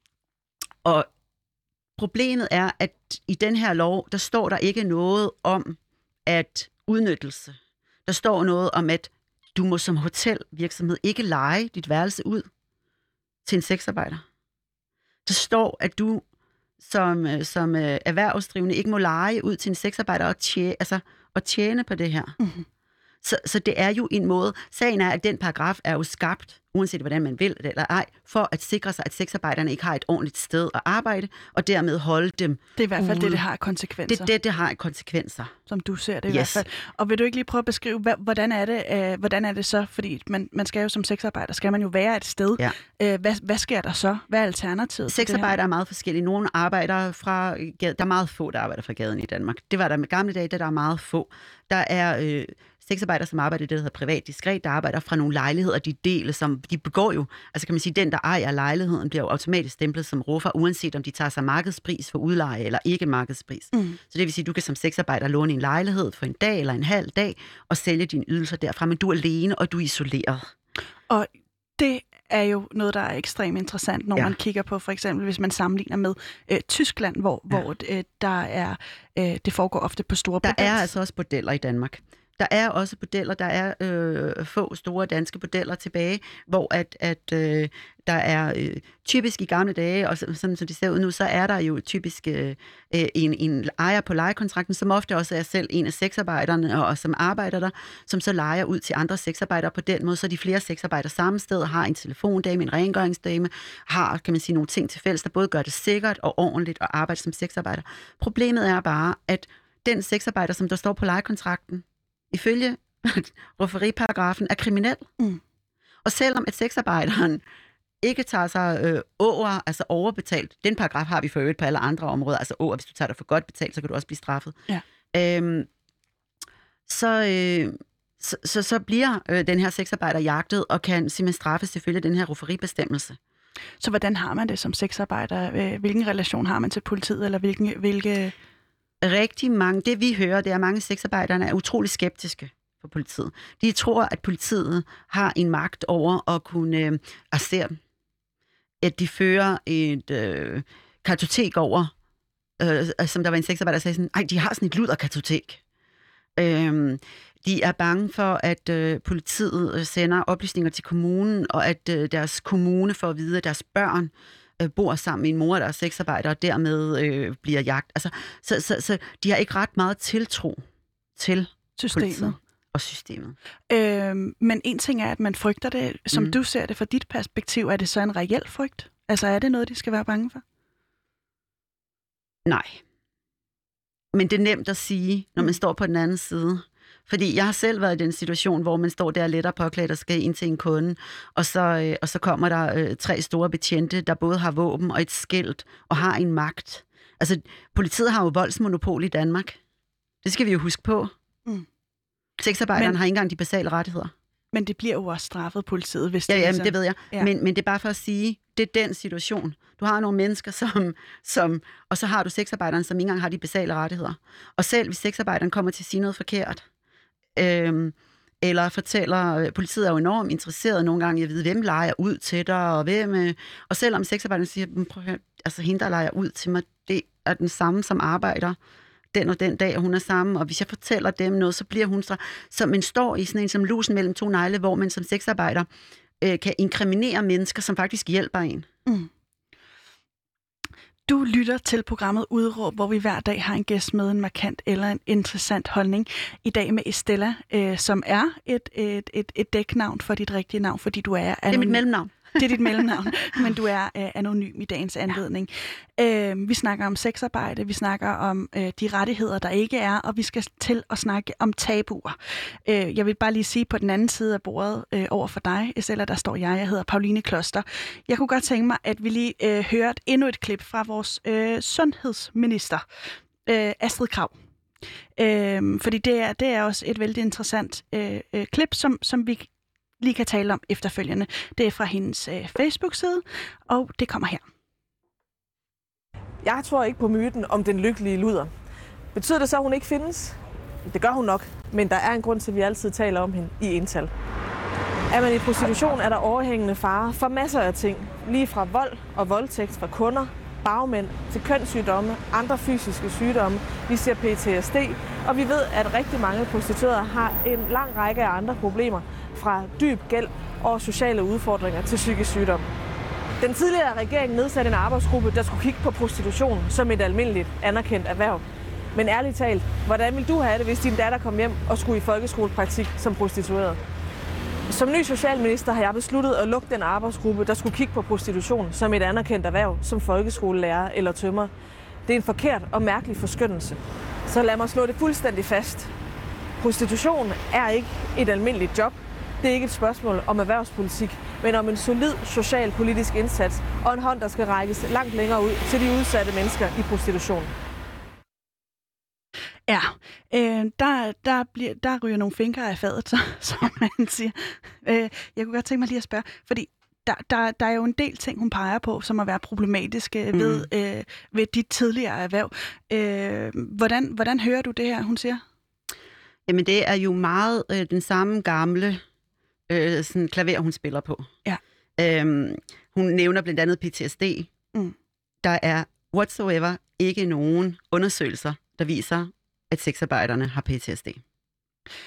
og problemet er, at i den her lov, der står der ikke noget om at udnyttelse. Der står noget om, at du må som hotelvirksomhed ikke leje dit værelse ud til en sexarbejder. Der står, at du som, som erhvervsdrivende ikke må leje ud til en sexarbejder og tjene, altså, og tjene på det her. Mm-hmm. Så, så det er jo en måde. Sagen er, at den paragraf er jo skabt, uanset hvordan man vil det eller ej, for at sikre sig, at sexarbejderne ikke har et ordentligt sted at arbejde, og dermed holde dem Det er i hvert fald ude. det, det har konsekvenser. Det er det, det har konsekvenser. Som du ser det i yes. hvert fald. Og vil du ikke lige prøve at beskrive, hvad, hvordan, er det, øh, hvordan er det så? Fordi man, man skal jo som sexarbejder, skal man jo være et sted. Ja. Øh, hvad, hvad sker der så? Hvad er alternativet? Sexarbejdere er meget forskellige. Nogle arbejder fra gaden. Der er meget få, der arbejder fra gaden i Danmark. Det var der med gamle dage, der er meget få. Der er øh, sexarbejdere, som arbejder i det, der hedder privat diskret, der arbejder fra nogle lejligheder, de deler, som de begår jo. Altså kan man sige, den, der ejer lejligheden, bliver jo automatisk stemplet som ruffer, uanset om de tager sig markedspris for udleje eller ikke markedspris. Mm. Så det vil sige, at du kan som sexarbejder låne en lejlighed for en dag eller en halv dag, og sælge dine ydelser derfra, men du er alene, og du er isoleret. Og det er jo noget, der er ekstremt interessant, når ja. man kigger på, for eksempel, hvis man sammenligner med øh, Tyskland, hvor, ja. hvor øh, der er, øh, det foregår ofte på store bordeller. Der er altså også bordeller i Danmark. Der er også bordeller, der er øh, få store danske bordeller tilbage, hvor at, at øh, der er øh, typisk i gamle dage, og sådan som det ser ud nu, så er der jo typisk øh, en, en ejer på lejekontrakten, som ofte også er selv en af sexarbejderne, og, og som arbejder der, som så lejer ud til andre sexarbejdere på den måde, så de flere sexarbejdere samme sted har en telefondame, en rengøringsdame, har, kan man sige, nogle ting til fælles, der både gør det sikkert og ordentligt at arbejde som sexarbejder. Problemet er bare, at den sexarbejder, som der står på lejekontrakten, ifølge rufferiparagrafen, er kriminel. Mm. Og selvom at sexarbejderen ikke tager sig øh, over, altså overbetalt, den paragraf har vi for øvrigt på alle andre områder, altså over, hvis du tager dig for godt betalt, så kan du også blive straffet. Ja. Øhm, så, øh, så, så, så bliver øh, den her sexarbejder jagtet, og kan simpelthen straffe selvfølgelig den her rufferibestemmelse. Så hvordan har man det som sexarbejder? Hvilken relation har man til politiet, eller hvilken, hvilke... Rigtig mange, det vi hører, det er, at mange sexarbejderne er utrolig skeptiske for politiet. De tror, at politiet har en magt over at kunne øh, arrestere dem. At de fører et øh, kartotek over, øh, som der var en sexarbejder, der sagde sådan, ej, de har sådan et luderkartotek. Øh, de er bange for, at øh, politiet sender oplysninger til kommunen, og at øh, deres kommune får at vide, at deres børn bor sammen med en mor, der er sexarbejder, og dermed øh, bliver jagt. Altså, så, så, så de har ikke ret meget tiltro til systemet og systemet. Øhm, men en ting er, at man frygter det. Som mm. du ser det fra dit perspektiv, er det så en reel frygt? Altså, er det noget, de skal være bange for? Nej. Men det er nemt at sige, når man står på den anden side. Fordi jeg har selv været i den situation, hvor man står der lettere påklædt og skal ind til en kunde, og så, øh, og så kommer der øh, tre store betjente, der både har våben og et skilt, og har en magt. Altså, politiet har jo voldsmonopol i Danmark. Det skal vi jo huske på. Mm. Sexarbejderen men, har ikke engang de basale rettigheder. Men det bliver jo også straffet, politiet, hvis det ja, er jamen, det ved jeg. Ja. Men, men det er bare for at sige, det er den situation. Du har nogle mennesker, som, som og så har du sexarbejderen, som ikke engang har de basale rettigheder. Og selv hvis sexarbejderen kommer til at sige noget forkert, Øhm, eller fortæller, politiet er jo enormt interesseret nogle gange i at vide, hvem lejer ud til dig, og hvem, øh, og selvom sexarbejderen siger, prøv at høre, altså hende, der lejer ud til mig, det er den samme, som arbejder den og den dag, hun er sammen, og hvis jeg fortæller dem noget, så bliver hun så, så man står i sådan en som lusen mellem to negle, hvor man som sexarbejder øh, kan inkriminere mennesker, som faktisk hjælper en. Mm. Du lytter til programmet Udråb, hvor vi hver dag har en gæst med en markant eller en interessant holdning. I dag med Estella, øh, som er et, et, et, et dæknavn for dit rigtige navn, fordi du er anonym. Det er mit mellemnavn. Det er dit mellemnavn, men du er øh, anonym i dagens anledning. Ja. Øh, vi snakker om sexarbejde, vi snakker om øh, de rettigheder, der ikke er, og vi skal til at snakke om tabuer. Øh, jeg vil bare lige sige på den anden side af bordet øh, over for dig, Estella, der står jeg. Jeg hedder Pauline Kloster. Jeg kunne godt tænke mig, at vi lige øh, hørte endnu et klip fra vores øh, sundhedsminister, øh, Astrid Krag. Øh, fordi det er, det er også et vældig interessant øh, øh, klip, som, som vi lige kan tale om efterfølgende. Det er fra hendes øh, Facebook-side, og det kommer her. Jeg tror ikke på myten om den lykkelige luder. Betyder det så, at hun ikke findes? Det gør hun nok, men der er en grund til, at vi altid taler om hende i ental. Er man i prostitution, er der overhængende fare for masser af ting. Lige fra vold og voldtægt fra kunder, bagmænd til kønssygdomme, andre fysiske sygdomme. Vi ser P T S D, og vi ved, at rigtig mange prostituerede har en lang række af andre problemer, fra dyb gæld og sociale udfordringer til psykisk sygdom. Den tidligere regering nedsatte en arbejdsgruppe, der skulle kigge på prostitution som et almindeligt anerkendt erhverv. Men ærligt talt, hvordan vil du have det, hvis din datter kom hjem og skulle i folkeskolepraktik som prostitueret? Som ny socialminister har jeg besluttet at lukke den arbejdsgruppe, der skulle kigge på prostitution som et anerkendt erhverv, som folkeskolelærer eller tømrer. Det er en forkert og mærkelig forskyndelse. Så lad mig slå det fuldstændig fast. Prostitution er ikke et almindeligt job. Det er ikke et spørgsmål om erhvervspolitik, men om en solid socialpolitisk indsats og en hånd, der skal rækkes langt længere ud til de udsatte mennesker i prostitution. Ja, øh, der, der, bliver, der ryger nogle fingre af fadet, så, som man siger. Øh, jeg kunne godt tænke mig lige at spørge, fordi der, der, der er jo en del ting, hun peger på, som at være problematiske mm. ved, øh, ved dit tidligere erhverv. Øh, hvordan, hvordan hører du det her, hun siger? Jamen, det er jo meget øh, den samme gamle øh, sådan klaver, hun spiller på. Ja. Øhm, hun nævner blandt andet P T S D. Mm. Der er whatsoever ikke nogen undersøgelser, der viser, at sexarbejderne har P T S D.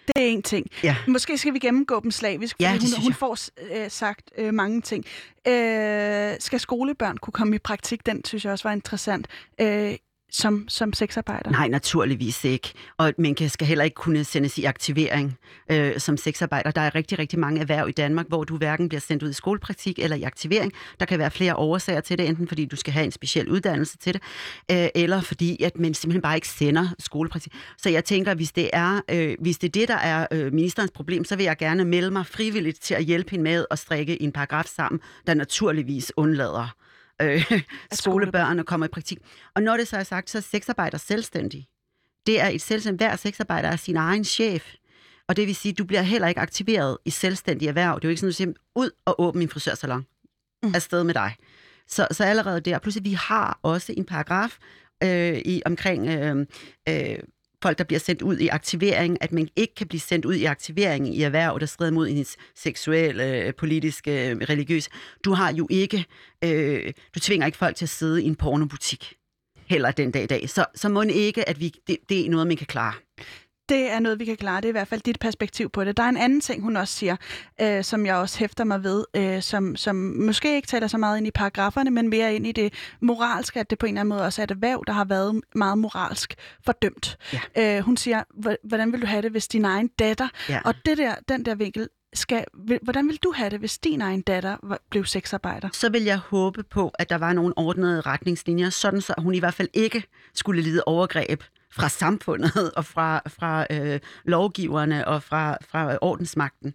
Det er en ting. Ja. Måske skal vi gennemgå dem slavisk, Ja, fordi det hun, synes hun jeg. får øh, sagt øh, mange ting. Øh, skal skolebørn kunne komme i praktik? Den synes jeg også var interessant. Øh, som, som sexarbejder? Nej, naturligvis ikke. Og man kan, skal heller ikke kunne sendes i aktivering øh, som sexarbejder. Der er rigtig, rigtig mange erhverv i Danmark, hvor du hverken bliver sendt ud i skolepraktik eller i aktivering. Der kan være flere årsager til det, enten fordi du skal have en speciel uddannelse til det, øh, eller fordi at man simpelthen bare ikke sender skolepraktik. Så jeg tænker, hvis det er, øh, hvis det, er det, der er øh, ministerens problem, så vil jeg gerne melde mig frivilligt til at hjælpe hende med at strikke en paragraf sammen, der naturligvis undlader Øh, skolebørn og kommer i praktik. Og når det så er sagt, så er sexarbejder selvstændig. Det er et selvstændigt, hver sexarbejder er sin egen chef. Og det vil sige, at du bliver heller ikke aktiveret i selvstændige erhverv. Det er jo ikke sådan, at du siger, ud og åbne min frisørsalon. Mm. Afsted med dig. Så, så allerede der. Pludselig, vi har også en paragraf øh, i, omkring øh, øh, folk, der bliver sendt ud i aktivering, at man ikke kan blive sendt ud i aktivering i erhverv, der strider mod hendes seksuelle, politiske, religiøse. Du har jo ikke, øh, du tvinger ikke folk til at sidde i en pornobutik heller den dag i dag. Så, så må ikke, at vi, det, det er noget, man kan klare. Det er noget, vi kan klare. Det er i hvert fald dit perspektiv på det. Der er en anden ting, hun også siger, øh, som jeg også hæfter mig ved, øh, som, som måske ikke taler så meget ind i paragraferne, men mere ind i det moralske, at det på en eller anden måde også er et erhverv, der har været meget moralsk fordømt. Ja. Øh, hun siger, hvordan vil du have det, hvis din egen datter, ja. og det der, den der vinkel, skal, hvordan vil du have det, hvis din egen datter blev sexarbejder? Så vil jeg håbe på, at der var nogle ordnede retningslinjer, sådan så hun i hvert fald ikke skulle lide overgreb fra samfundet og fra, fra øh, lovgiverne og fra, fra ordensmagten.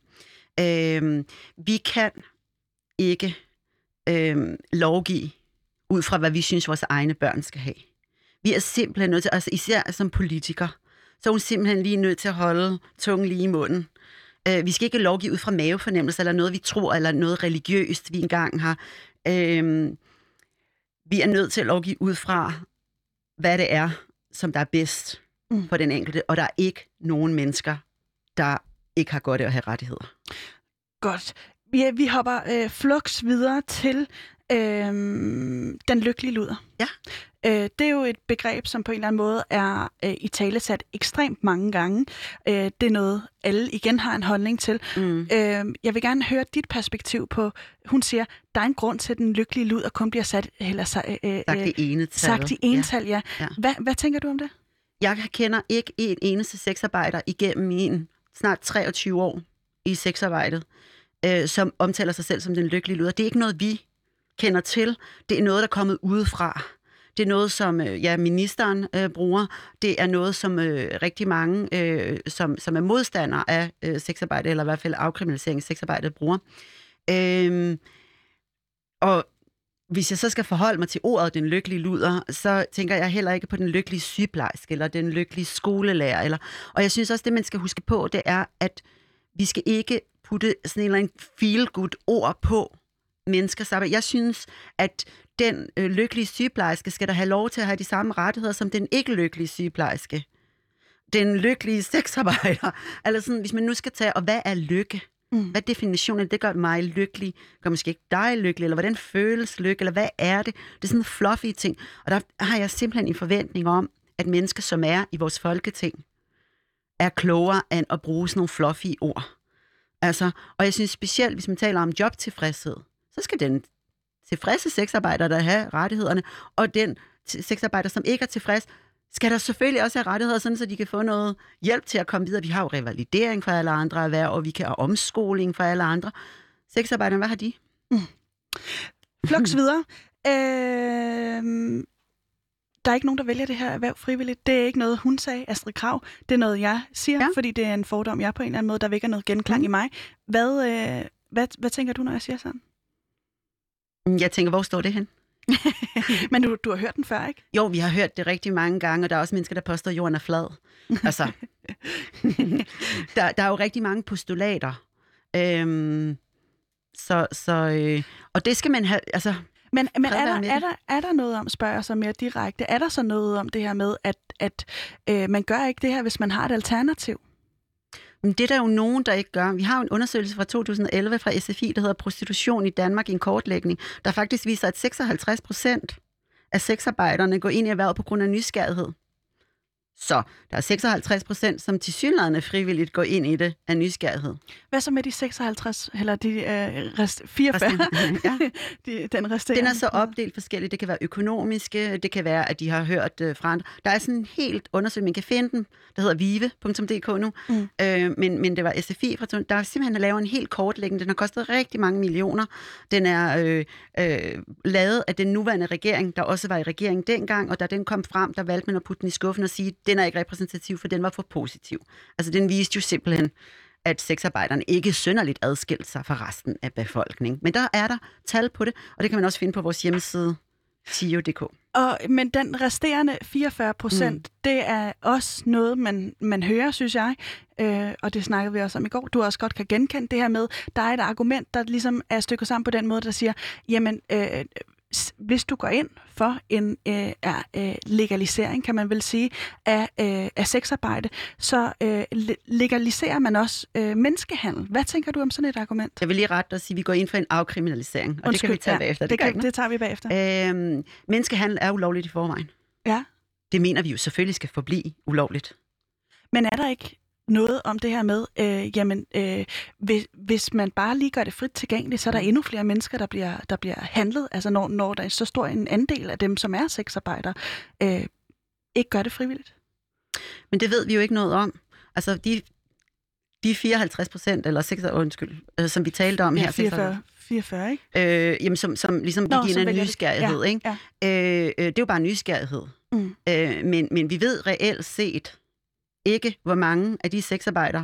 Øh, vi kan ikke øh, lovgive ud fra, hvad vi synes, vores egne børn skal have. Vi er simpelthen nødt til, altså især som politiker, så er hun simpelthen lige nødt til at holde tungen lige i munden. Øh, vi skal ikke lovgive ud fra mavefornemmelse eller noget, vi tror, eller noget religiøst, vi engang har. Øh, vi er nødt til at lovgive ud fra, hvad det er, som der er bedst mm. for den enkelte, og der er ikke nogen mennesker, der ikke har godt af at have rettigheder. Godt. Vi, vi hopper øh, flux videre til øh, den lykkelige luder. Ja. Øh, det er jo et begreb, som på en eller anden måde er øh, italesat ekstremt mange gange. Øh, det er noget, alle igen har en holdning til. Mm. Øh, jeg vil gerne høre dit perspektiv på, hun siger, der er en grund til, at den lykkelige luder kun bliver sat, eller, øh, sagt i enetal. Sagt i ental, ja. ja. Hvad, hvad tænker du om det? Jeg kender ikke en eneste sexarbejder igennem min snart treogtyve år i sexarbejdet, øh, som omtaler sig selv som den lykkelige luder. Det er ikke noget, vi kender til. Det er noget, der er kommet udefra. Det er noget, som ja, ministeren øh, bruger. Det er noget, som øh, rigtig mange, øh, som, som er modstandere af øh, sexarbejde, eller i hvert fald afkriminalisering af sexarbejde, bruger. Øhm, og hvis jeg så skal forholde mig til ordet den lykkelige luder, så tænker jeg heller ikke på den lykkelige sygeplejerske, eller den lykkelige skolelærer. Eller, og jeg synes også, det man skal huske på, det er, at vi skal ikke putte sådan en eller anden feel-good ord på menneskers arbejde. Jeg synes, at den øh, lykkelige sygeplejerske skal da have lov til at have de samme rettigheder som den ikke lykkelige sygeplejerske. Den lykkelige sexarbejder. Altså sådan, hvis man nu skal tage, og hvad er lykke? Mm. Hvad er definitionen? Det gør mig lykkelig. Gør måske ikke dig lykkelig? Eller hvordan føles lykke? Eller hvad er det? Det er sådan en fluffy ting. Og der har jeg simpelthen en forventning om, at mennesker, som er i vores folketing, er klogere end at bruge sådan nogle fluffy ord. Altså, og jeg synes specielt, hvis man taler om jobtilfredshed, så skal den tilfredse sexarbejder, der have rettighederne, og den sexarbejder, som ikke er tilfreds, skal der selvfølgelig også have rettigheder, sådan så de kan få noget hjælp til at komme videre. Vi har jo revalidering for alle andre erhverv, og vi kan have omskoling for alle andre. Sexarbejderne, hvad har de? Mm. Flux videre. Øh, der er ikke nogen, der vælger det her erhverv frivilligt. Det er ikke noget, hun sagde, Astrid Krag. Det er noget, jeg siger, ja. Fordi det er en fordom, jeg på en eller anden måde, der vækker noget genklang mm. i mig. Hvad, øh, hvad, hvad tænker du, når jeg siger sådan? Jeg tænker, hvor står det hen? Men du, du har hørt den før, ikke? Jo, vi har hørt det rigtig mange gange, og der er også mennesker, der påstår, at jorden er flad. Altså, der, der er jo rigtig mange postulater. Øhm, så, så, øh, og det skal man have, altså... Men, men er, der, er, der, er der noget om, spørger jeg så mere direkte, er der så noget om det her med, at, at øh, man gør ikke det her, hvis man har et alternativ? Men det er der jo nogen, der ikke gør. Vi har jo en undersøgelse fra to tusind og elleve fra S F I, der hedder Prostitution i Danmark i en kortlægning, der faktisk viser, at seksoghalvtreds procent af sexarbejderne går ind i erhvervet på grund af nysgerrighed. Så der er seksoghalvtreds procent, som tilsyneladende frivilligt går ind i det af nysgerrighed. Hvad så med de seksoghalvtreds, eller de øh, rest, fireogfyrre? Ja. de, den resterende. Den er så opdelt forskelligt. Det kan være økonomiske, det kan være, at de har hørt øh, fra andre. Der er sådan en helt undersøgning, man kan finde den, der hedder vive punktum d k nu. Mm. Øh, men, men det var S F I, der er simpelthen lavet en helt kortlægning. Den har kostet rigtig mange millioner. Den er øh, øh, lavet af den nuværende regering, der også var i regeringen dengang, og da den kom frem, der valgte man at putte den i skuffen og sige, den er ikke repræsentativ, for den var for positiv. Altså, den viste jo simpelthen, at sexarbejderne ikke synderligt adskilte sig fra resten af befolkningen. Men der er der tal på det, og det kan man også finde på vores hjemmeside, tio punktum d k. Og, men den resterende fireogfyrre procent, mm. det er også noget, man, man hører, synes jeg, øh, og det snakkede vi også om i går, du også godt kan genkende det her med, der er et argument, der ligesom er stykket sammen på den måde, der siger, jamen, øh, hvis du går ind for en øh, øh, legalisering, kan man vel sige, af, øh, af sexarbejde, så øh, legaliserer man også øh, menneskehandel. Hvad tænker du om sådan et argument? Jeg vil lige rette og sige, at vi går ind for en afkriminalisering, og Undskyld, det kan vi tage ja, bagefter. Det, det, kan, det tager vi bagefter. Øhm, menneskehandel er ulovligt i forvejen. Ja. Det mener vi jo selvfølgelig skal forblive ulovligt. Men er der ikke noget om det her med, øh, jamen, øh, hvis, hvis man bare lige gør det frit tilgængeligt, så er der endnu flere mennesker, der bliver, der bliver handlet, altså når, når der er så stor en andel af dem, som er sexarbejdere, øh, ikke gør det frivilligt. Men det ved vi jo ikke noget om. Altså, de, de fireoghalvtreds procent, eller seks, undskyld, øh, som vi talte om ja, her. fireogfyrre, fireogfyrre, ikke? Øh, jamen, som, som ligesom Nå, gik ind af nysgerrighed, ja, ikke? Ja. Øh, øh, det er jo bare nysgerrighed. Mm. Øh, men, men vi ved reelt set ikke, hvor mange af de sexarbejdere,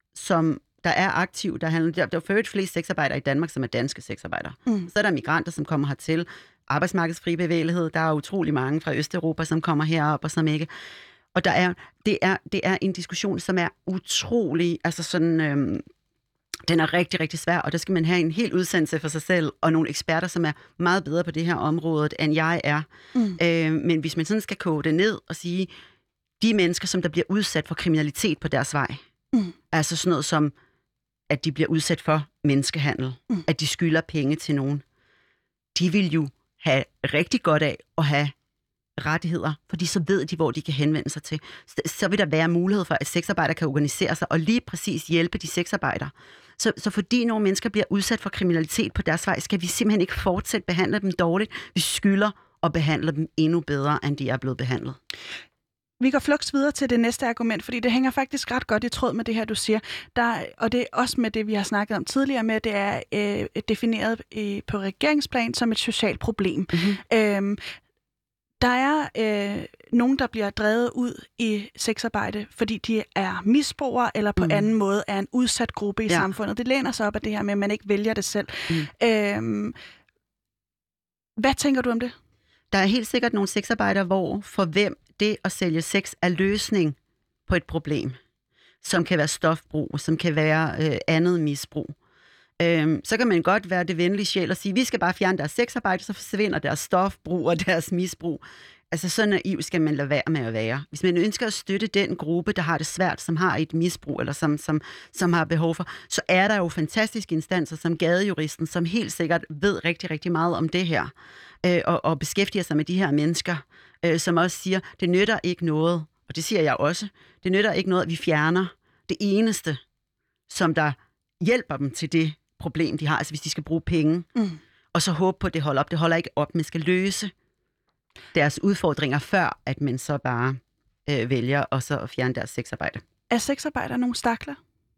som der er aktive, der handler. Der, der er ført flest sexarbejdere i Danmark, som er danske sexarbejdere. Mm. Så er der migranter, som kommer hertil. Arbejdsmarkedsfri bevægelighed. Der er utrolig mange fra Østeuropa, som kommer herop og som ikke. Og der er, det, er, det er en diskussion, som er utrolig, altså sådan, øhm, den er rigtig, rigtig svær, og der skal man have en hel udsendelse for sig selv, og nogle eksperter, som er meget bedre på det her område, end jeg er. Mm. Øh, men hvis man sådan skal koge det ned og sige, de mennesker, som der bliver udsat for kriminalitet på deres vej, mm. altså sådan noget som, at de bliver udsat for menneskehandel, mm. at de skylder penge til nogen, de vil jo have rigtig godt af at have rettigheder, fordi så ved de, hvor de kan henvende sig til. Så vil der være mulighed for, at sexarbejdere kan organisere sig og lige præcis hjælpe de sexarbejdere. Så, så fordi nogle mennesker bliver udsat for kriminalitet på deres vej, skal vi simpelthen ikke fortsætte behandle dem dårligt. Vi skylder at behandle dem endnu bedre, end de er blevet behandlet. Vi går fluks videre til det næste argument, fordi det hænger faktisk ret godt i tråd med det her, du siger. Der, og det er også med det, vi har snakket om tidligere med, det er øh, defineret øh, på regeringsplan som et socialt problem. Mm-hmm. Øhm, der er øh, nogen, der bliver drevet ud i sexarbejde, fordi de er misbrugere eller på mm. anden måde er en udsat gruppe i ja. samfundet. Det læner sig op af det her med, at man ikke vælger det selv. Mm. Øhm, hvad tænker du om det? Der er helt sikkert nogle sexarbejdere, hvor for hvem det at sælge sex er løsning på et problem, som kan være stofbrug, som kan være øh, andet misbrug. Øhm, så kan man godt være det venlige sjæl og sige, vi skal bare fjerne deres sexarbejde, så forsvinder deres stofbrug og deres misbrug. Altså så naiv skal man lade være med at være. Hvis man ønsker at støtte den gruppe, der har det svært, som har et misbrug, eller som, som, som har behov for, så er der jo fantastiske instanser som Gadejuristen, som helt sikkert ved rigtig, rigtig meget om det her, øh, og, og beskæftiger sig med de her mennesker, øh, som også siger, det nytter ikke noget, og det siger jeg også, det nytter ikke noget, at vi fjerner det eneste, som der hjælper dem til det problem, de har, altså hvis de skal bruge penge, mm. og så håbe på, at det holder op. Det holder ikke op, man skal løse deres udfordringer, før at man så bare øh, vælger og så at fjerne deres sexarbejde. Er sexarbejdere nogle stakler?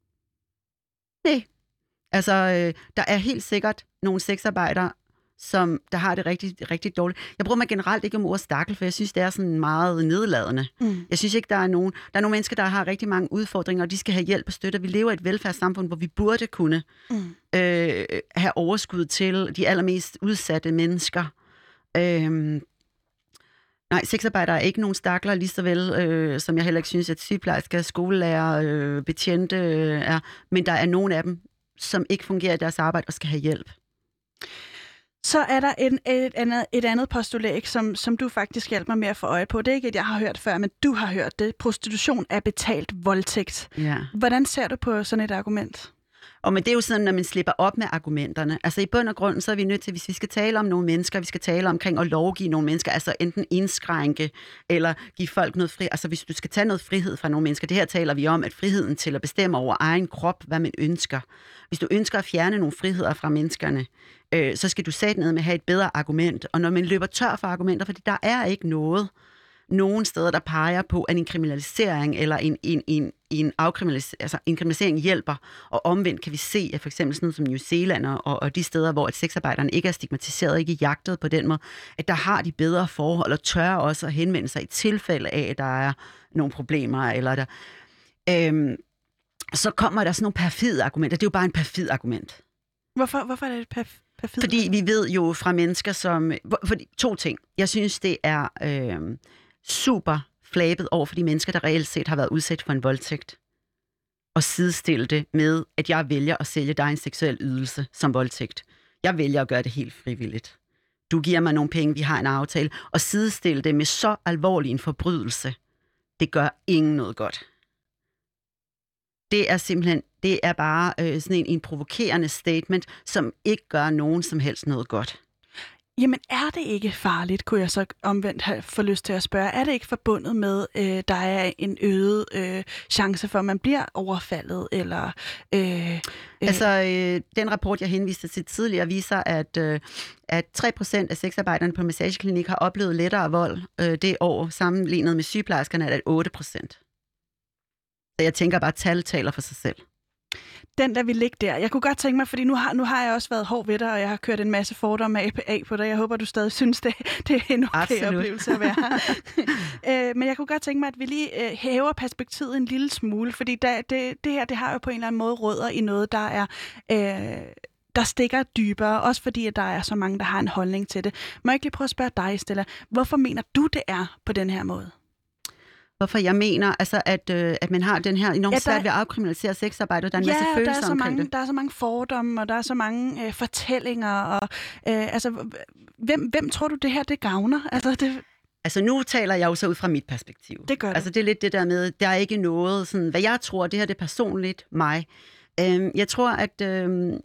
Nej. Altså, øh, der er helt sikkert nogle sexarbejdere, som der har det rigtig, rigtig dårligt. Jeg bruger mig generelt ikke om ordet stakkel, for jeg synes, det er sådan meget nedladende. Mm. Jeg synes ikke, der er nogen... Der er nogle mennesker, der har rigtig mange udfordringer, og de skal have hjælp og støtte. Vi lever i et velfærdssamfund, hvor vi burde kunne mm. øh, have overskud til de allermest udsatte mennesker. Øh, Nej, sexarbejdere er ikke nogen stakler, lige så vel, øh, som jeg heller ikke synes, at sygeplejersker, skolelærer, øh, betjente øh, er. Men der er nogle af dem, som ikke fungerer i deres arbejde og skal have hjælp. Så er der en, et, andet, et andet postulat, som, som du faktisk hjælper mig med at få øje på. Det er ikke et, jeg har hørt før, men du har hørt det. Prostitution er betalt voldtægt. Ja. Hvordan ser du på sådan et argument? Og men det er jo sådan, når man slipper op med argumenterne. Altså i bund og grund, så er vi nødt til, hvis vi skal tale om nogle mennesker, vi skal tale omkring at lovgive nogle mennesker, altså enten indskrænke eller give folk noget fri. Altså hvis du skal tage noget frihed fra nogle mennesker, det her taler vi om, at friheden til at bestemme over egen krop, hvad man ønsker. Hvis du ønsker at fjerne nogle friheder fra menneskerne, øh, så skal du sætte ned med at have et bedre argument. Og når man løber tør for argumenter, fordi der er ikke noget, nogen steder, der peger på, at en kriminalisering eller en, en, en, en afkriminalisering, altså en kriminalisering hjælper, og omvendt kan vi se, at for eksempel sådan noget som New Zealand og, og de steder, hvor sexarbejderne ikke er stigmatiseret, ikke jagtet på den måde, at der har de bedre forhold og tør også at henvende sig i tilfælde af, at der er nogle problemer, eller der... Øhm, så kommer der sådan nogle perfide argumenter. Det er jo bare en perfid argument. Hvorfor, hvorfor er det et perf- perfid? Fordi vi ved jo fra mennesker som... Fordi, to ting. Jeg synes, det er øh, super flabet over for de mennesker, der reelt set har været udsat for en voldtægt. Og sidestille det med, at jeg vælger at sælge dig en seksuel ydelse som voldtægt. Jeg vælger at gøre det helt frivilligt. Du giver mig nogle penge, vi har en aftale. Og sidestille det med så alvorlig en forbrydelse. Det gør ingen noget godt. Det er simpelthen, det er bare øh, sådan en, en provokerende statement, som ikke gør nogen som helst noget godt. Jamen er det ikke farligt, kunne jeg så omvendt have for lyst til at spørge, er det ikke forbundet med, øh, der er en øget øh, chance for, at man bliver overfaldet? Eller, øh, øh... Altså, øh, den rapport, jeg henviste til tidligere, viser, at, øh, at tre procent af sexarbejderne på massageklinik har oplevet lettere vold øh, det år, sammenlignet med sygeplejerskerne er det otte procent. Så jeg tænker bare, at tal taler for sig selv. Den der vil ligge der. Jeg kunne godt tænke mig, fordi nu har, nu har jeg også været hård ved dig, og jeg har kørt en masse fordomme af, af på dig. Jeg håber, du stadig synes, det, det er en okay Absolut. Oplevelse at være her. øh, men jeg kunne godt tænke mig, at vi lige øh, hæver perspektivet en lille smule, fordi der, det, det her det har jo på en eller anden måde rødder i noget, der er... Øh, der stikker dybere, også fordi at der er så mange, der har en holdning til det. Må jeg ikke lige prøve at spørge dig, Stella, hvorfor mener du, det er på den her måde? Hvorfor jeg mener, altså, at, øh, at man har den her enormt ja, svært ved at afkriminalisere sexarbejde, og der er en ja, masse følelser der er så omkring mange, det. der er så mange fordomme, og der er så mange øh, fortællinger, og øh, altså, hvem, hvem tror du, det her, det gavner? Altså, det... altså, nu taler jeg jo så ud fra mit perspektiv. Det gør det. Altså, det er lidt det der med, der er ikke noget, sådan, hvad jeg tror, det her det er personligt mig. Øhm, jeg tror, at... Øhm,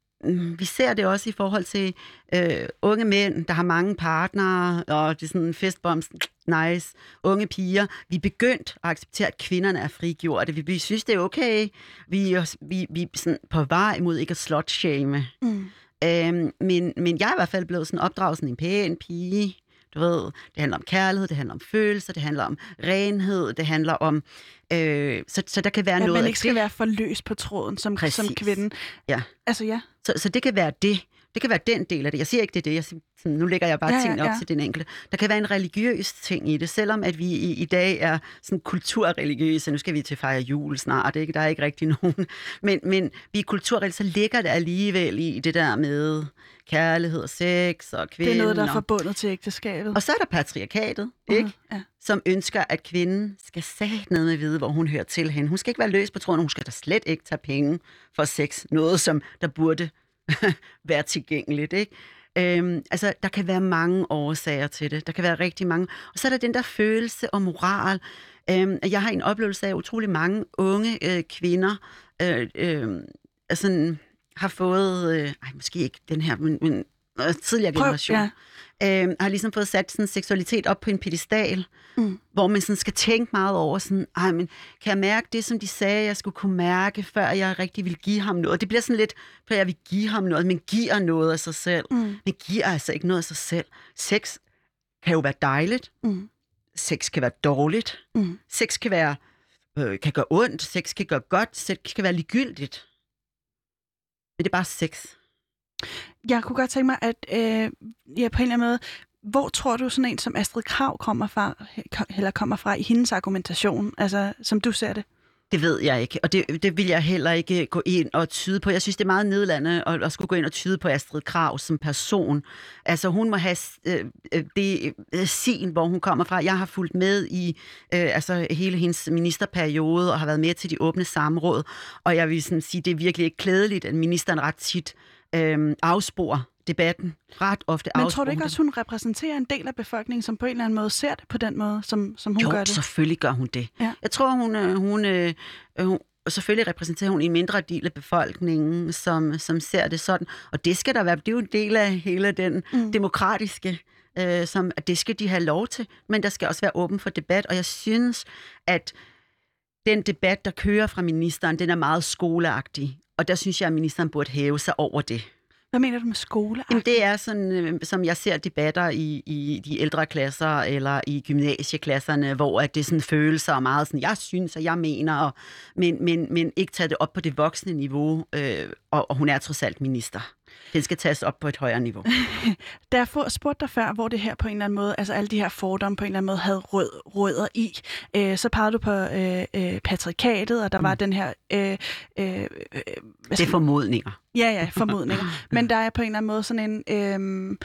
vi ser det også i forhold til øh, unge mænd, der har mange partnere, og det er sådan festbombs, nice, unge piger. Vi er begyndt at acceptere, at kvinderne er frigjorte. Vi, vi synes, det er okay. Vi er, vi, vi er sådan på vej mod ikke at slutshame. Mm. Øhm, men, men jeg er i hvert fald blevet sådan opdraget sådan en pæn pige. Du ved, det handler om kærlighed, det handler om følelser, det handler om renhed, det handler om... Øh, så, så der kan være at noget... At man ikke skal det. være for løs på tråden som, som kvinde. Ja. Altså, ja. Så, så det kan være det. Det kan være den del af det. Jeg siger ikke, det er det. Jeg siger, sådan, nu lægger jeg bare ja, tingene ja, ja. op til den enkelte. Der kan være en religiøs ting i det, selvom at vi i, i dag er sådan kulturreligiøse. Nu skal vi til fejre jul snart, ikke? Der er ikke rigtig nogen. Men, men vi er kulturreligiøse, så ligger det alligevel i det der med kærlighed og sex og kvinder. Det er noget, der er forbundet til ægteskabet. Og så er der patriarkatet, ikke? Uh-huh, ja. Som ønsker, at kvinden skal sagt ned med at vide, hvor hun hører til hende. Hun skal ikke være løs på tråden, hun skal da slet ikke tage penge for sex. Noget, som der burde være tilgængeligt, ikke? Øhm, altså, der kan være mange årsager til det. Der kan være rigtig mange. Og så er der den der følelse og moral. Øhm, jeg har en oplevelse af utrolig mange unge øh, kvinder, øh, øh, altså, har fået, øh, ej, måske ikke den her, men, men øh, tidligere generation, Prøv, ja. øh, har ligesom fået sat sådan seksualitet op på en pedestal, mm. hvor man sådan skal tænke meget over sådan, ej, men kan jeg mærke det, som de sagde, jeg skulle kunne mærke, før jeg rigtig ville give ham noget? Det bliver sådan lidt, for jeg vil give ham noget, men giver noget af sig selv. Mm. Men giver altså ikke noget af sig selv. Sex kan jo være dejligt. Mm. Sex kan være dårligt. Mm. Sex kan være øh, kan gøre ondt. Sex kan gøre godt. Sex kan være ligegyldigt. Men det er bare sex. Jeg kunne godt tænke mig, at øh, ja, på en eller anden måde, hvor tror du sådan en som Astrid Krag kommer fra, eller kommer fra i hendes argumentation, altså som du ser det? Det ved jeg ikke, og det, det vil jeg heller ikke gå ind og tyde på. Jeg synes, det er meget nedladende at, at skulle gå ind og tyde på Astrid Krag som person. Altså, hun må have øh, det øh, sin, hvor hun kommer fra. Jeg har fulgt med i øh, altså, hele hendes ministerperiode og har været med til de åbne samråd, og jeg vil sådan sige, det er virkelig ikke klædeligt, at ministeren ret tit øh, afsporer debatten. Ret ofte afsporer. Men tror du ikke også, hun repræsenterer en del af befolkningen, som på en eller anden måde ser det på den måde, som, som hun jo, gør det? Jo, selvfølgelig gør hun det. Ja. Jeg tror, hun, hun, hun, og selvfølgelig repræsenterer hun en mindre del af befolkningen, som, som ser det sådan. Og det skal der være, det er jo en del af hele den mm. demokratiske, øh, som, at det skal de have lov til, men der skal også være åben for debat, og jeg synes, at den debat, der kører fra ministeren, den er meget skoleagtig, og der synes jeg, at ministeren burde hæve sig over det. Hvad mener du med skole? Jamen, det er sådan, øh, som jeg ser debatter i, i de ældre klasser eller i gymnasieklasserne, hvor at det sådan følelser og meget sådan, jeg synes, og jeg mener, og, men, men, men ikke tage det op på det voksne niveau, øh, og, og hun er trods alt minister. Den skal tages op på et højere niveau. Da jeg spurgte dig før, hvor det her på en eller anden måde, altså alle de her fordomme på en eller anden måde havde rød, rødder i, øh, så pegede du på øh, øh, patriarkatet, og der mm. var den her... Øh, øh, øh, det er formodninger. Ja, ja, formodninger. Men der er på en eller anden måde sådan en... Øh,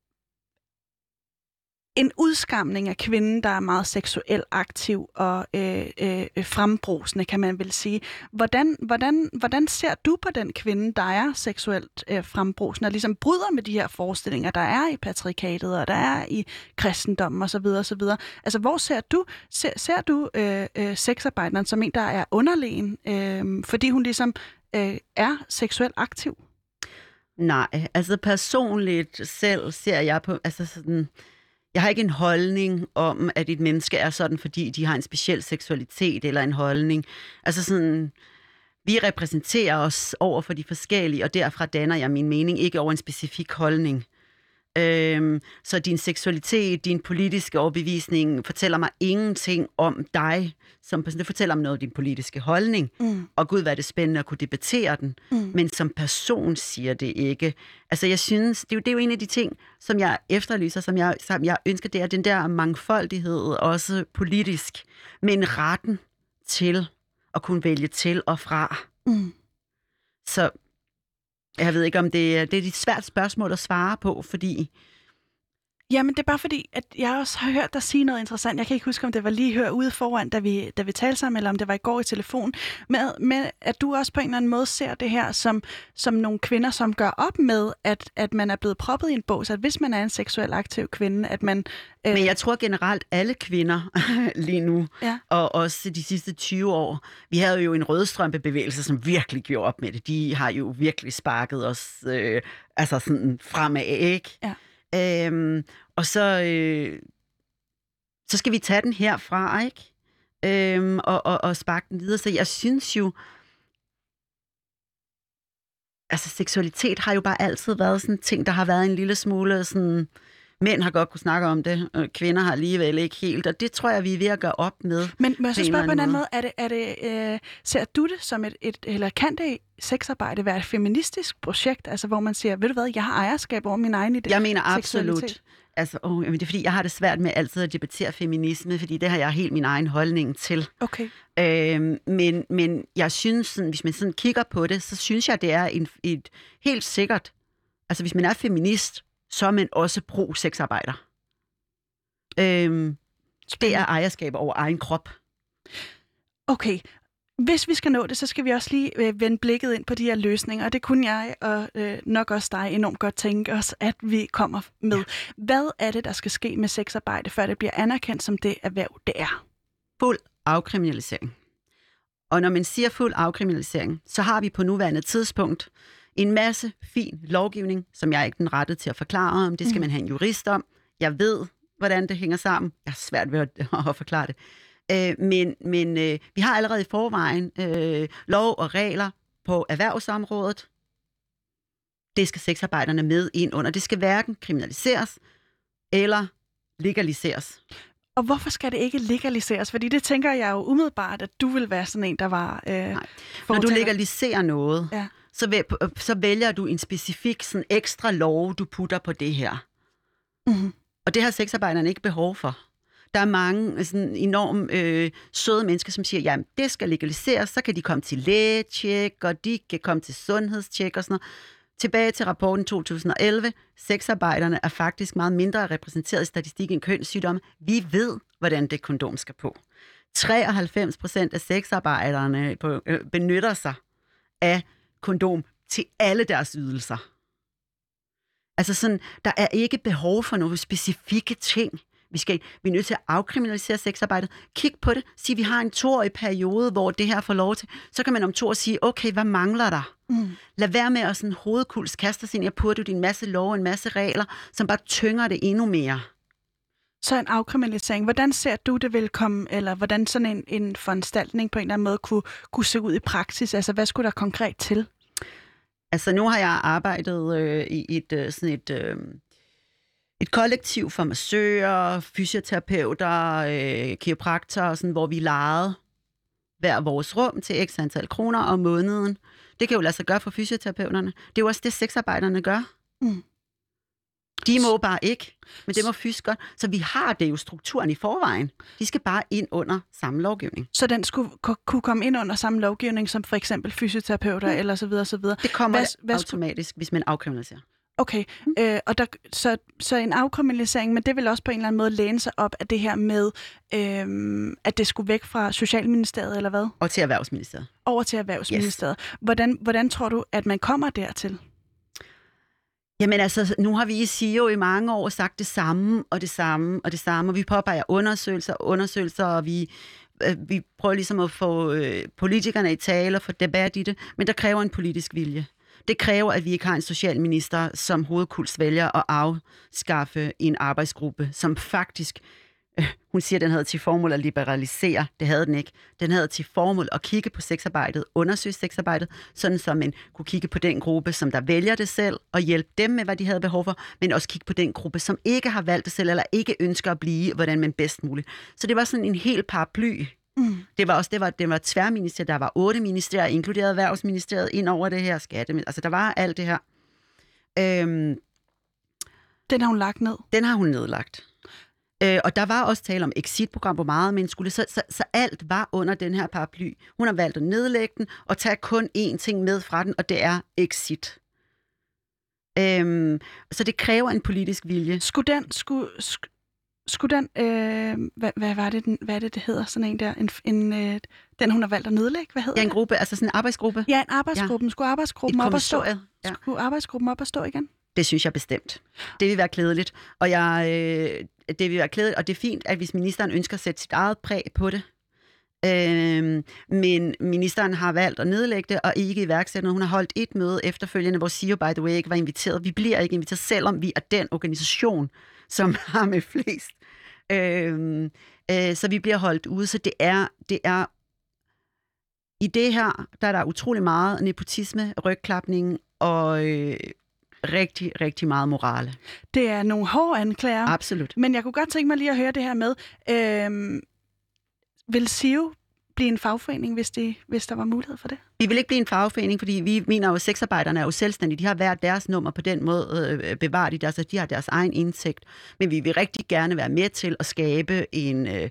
en udskamning af kvinden, der er meget seksuelt aktiv og øh, øh, frembrusende, kan man vel sige. Hvordan, hvordan, hvordan ser du på den kvinde, der er seksuelt øh, frembrusende, og ligesom bryder med de her forestillinger, der er i patriarkatet, og der er i kristendommen osv. osv.? Altså, hvor ser du, ser, ser du øh, øh, sexarbejderen som en, der er underlegen, øh, fordi hun ligesom øh, er seksuelt aktiv? Nej, altså personligt selv ser jeg på... altså sådan Jeg har ikke en holdning om, at et menneske er sådan, fordi de har en speciel seksualitet eller en holdning. Altså sådan, vi repræsenterer os over for de forskellige, og derfra danner jeg min mening, ikke over en specifik holdning. Øhm, så din seksualitet, din politiske overbevisning fortæller mig ingenting om dig som person. Det fortæller mig noget om din politiske holdning. Mm. Og gud, hvad er det spændende at kunne debattere den. Mm. Men som person siger det ikke. Altså jeg synes, det er, jo, det er jo en af de ting, som jeg efterlyser, som jeg, som jeg ønsker, det er den der mangfoldighed, også politisk, men retten til at kunne vælge til og fra. Mm. Så jeg ved ikke, om det er, det er et svært spørgsmål at svare på, fordi... Jamen, det er bare fordi, at jeg også har hørt dig sige noget interessant. Jeg kan ikke huske, om det var lige her ude foran, da vi, da vi talte sammen, eller om det var i går i telefon. Med, med at du også på en eller anden måde ser det her som, som nogle kvinder, som gør op med, at, at man er blevet proppet i en bås. At hvis man er en seksuelt aktiv kvinde, at man... Øh... Men jeg tror generelt, alle kvinder lige nu, ja. Og også de sidste tyve år, vi havde jo en rødstrømpebevægelse, som virkelig gjorde op med det. De har jo virkelig sparket os øh, altså sådan fremad, ikke? Ja. Øhm, og så, øh, så skal vi tage den herfra, ikke? Øhm, og, og, og sparke den videre. Så jeg synes jo, altså seksualitet har jo bare altid været sådan en ting, der har været en lille smule sådan, mænd har godt kunne snakke om det, og kvinder har alligevel ikke helt, og det tror jeg, vi er ved at gøre op med. Men må jeg så spørge på en anden måde, er det, er det, øh, ser du det som et, et, eller kan det sexarbejde være et feministisk projekt, altså hvor man siger, ved du hvad, jeg har ejerskab over min egen idé? Jeg mener absolut. Altså, åh, jamen det er fordi, jeg har det svært med altid at debattere feminisme, fordi det har jeg helt min egen holdning til. Okay. Øhm, men, men jeg synes, sådan, hvis man sådan kigger på det, så synes jeg, det er en, et helt sikkert, altså hvis man er feminist, så er man også pro-sexarbejder. Øhm, det er ejerskab over egen krop. Okay. Hvis vi skal nå det, så skal vi også lige øh, vende blikket ind på de her løsninger, og det kunne jeg og øh, nok også dig enormt godt tænke os, at vi kommer med. Ja. Hvad er det, der skal ske med sexarbejde, før det bliver anerkendt som det erhverv, det er? Fuld afkriminalisering. Og når man siger fuld afkriminalisering, så har vi på nuværende tidspunkt en masse fin lovgivning, som jeg er ikke den rette til at forklare om. Det skal mm. man have en jurist om. Jeg ved, hvordan det hænger sammen. Jeg har svært ved at, at forklare det. Øh, men men øh, vi har allerede i forvejen øh, lov og regler på erhvervsområdet. Det skal sexarbejderne med ind under. Det skal hverken kriminaliseres eller legaliseres. Og hvorfor skal det ikke legaliseres? Fordi det tænker jeg jo umiddelbart, at du vil være sådan en, der var... Øh, Nej. Når du legaliserer noget, ja. så, væ- så vælger du en specifik sådan ekstra lov, du putter på det her. Mm-hmm. Og det har sexarbejderne ikke behov for. Der er mange sådan enormt øh, søde mennesker, som siger, jamen det skal legaliseres, så kan de komme til lægetjek, og de kan komme til sundhedstjek og sådan noget. Tilbage til rapporten to tusind og elleve. Sexarbejderne er faktisk meget mindre repræsenteret i statistikken end kønssygdomme. Vi ved, hvordan det kondom skal på. treoghalvfems procent af sexarbejderne på, øh, benytter sig af kondom til alle deres ydelser. Altså sådan, der er ikke behov for nogle specifikke ting. Vi, skal, vi er nødt til at afkriminalisere sexarbejdet. Kig på det. Sig, vi har en toårig periode, hvor det her får lov til. Så kan man om to år sige, okay, hvad mangler der? Mm. Lad være med at sådan hovedkuls kaste sig ind i at putte en masse lov, en masse regler, som bare tynger det endnu mere. Så en afkriminalisering. Hvordan ser du det vil komme, eller hvordan sådan en, en foranstaltning på en eller anden måde kunne, kunne se ud i praksis? Altså, hvad skulle der konkret til? Altså, nu har jeg arbejdet øh, i et, øh, sådan et, øh, et kollektiv for massører, fysioterapeuter, øh, kiropraktorer, sådan, hvor vi lejede hver vores rum til x antal kroner om måneden. Det kan jo lade sig gøre for fysioterapeuterne. Det er jo også det, sexarbejderne gør. Mm. De må bare ikke, men det må fysisk godt. Så vi har det jo strukturen i forvejen. De skal bare ind under samme lovgivning. Så den skulle kunne komme ind under samme lovgivning, som for eksempel fysioterapeuter mm. eller så videre, så videre. Det kommer hvad, hvad automatisk, hvis man afkriminaliserer. Okay, mm. øh, og der, så, så en afkriminalisering, men det vil også på en eller anden måde læne sig op af det her med, øh, at det skulle væk fra Socialministeriet, eller hvad? Og til Erhvervsministeriet. Over til Erhvervsministeriet. Yes. Hvordan, hvordan tror du, at man kommer dertil? Jamen altså, nu har vi i S I O i mange år sagt det samme, og det samme, og det samme, og vi påpeger undersøgelser og undersøgelser, og vi, øh, vi prøver ligesom at få øh, politikerne i tale og få debat i det, men der kræver en politisk vilje. Det kræver, at vi ikke har en socialminister, som hovedkuls vælger at afskaffe en arbejdsgruppe, som faktisk, øh, hun siger, den havde til formål at liberalisere. Det havde den ikke. Den havde til formål at kigge på sexarbejdet, undersøge sexarbejdet, sådan som man kunne kigge på den gruppe, som der vælger det selv, og hjælpe dem med, hvad de havde behov for, men også kigge på den gruppe, som ikke har valgt det selv, eller ikke ønsker at blive, hvordan man bedst muligt. Så det var sådan en helt paraply. Mm. Det var også det var, det var tværministerier, der var otte ministerier, inkluderet Erhvervsministeriet, ind over det her skatte. Altså, der var alt det her. Øhm, den har hun lagt ned? Den har hun nedlagt. Øh, og der var også tale om exit-program, hvor meget men skulle så, så, så alt var under den her paraply. Hun har valgt at nedlægge den og tage kun én ting med fra den, og det er exit. Øhm, så det kræver en politisk vilje. Skulle den... Skulle, sk- Skulle den, øh, hvad, hvad, var det, den, hvad er det, det hedder, sådan en der, en, en, øh, den hun har valgt at nedlægge, hvad hedder Ja, en det? gruppe, altså sådan en arbejdsgruppe. Ja, en arbejdsgruppe. Ja. Skulle arbejdsgruppen op og stå? Ja. Skulle arbejdsgruppen op og stå igen? Det synes jeg bestemt. Det vil være klædeligt. Og jeg, øh, det vil være klædeligt, og det er fint, at hvis ministeren ønsker at sætte sit eget præg på det, øh, men ministeren har valgt at nedlægge det, og ikke iværksætte noget. Hun har holdt et møde efterfølgende, hvor S I O, by the way, ikke var inviteret. Vi bliver ikke inviteret, selvom vi er den organisation, som har med flest. Øh, øh, så vi bliver holdt ude, så det er, det er i det her, der er der utrolig meget nepotisme, rygklapning og øh, rigtig, rigtig meget morale. Det er nogle hårde anklager. Absolut. Men jeg kunne godt tænke mig lige at høre det her med, øh, vil S I O blive en fagforening, hvis, de, hvis der var mulighed for det? Vi vil ikke blive en fagforening, fordi vi mener jo, at sexarbejderne er jo selvstændige. De har hver deres nummer på den måde øh, bevaret i deres, de har deres egen indtægt. Men vi vil rigtig gerne være med til at skabe en, øh,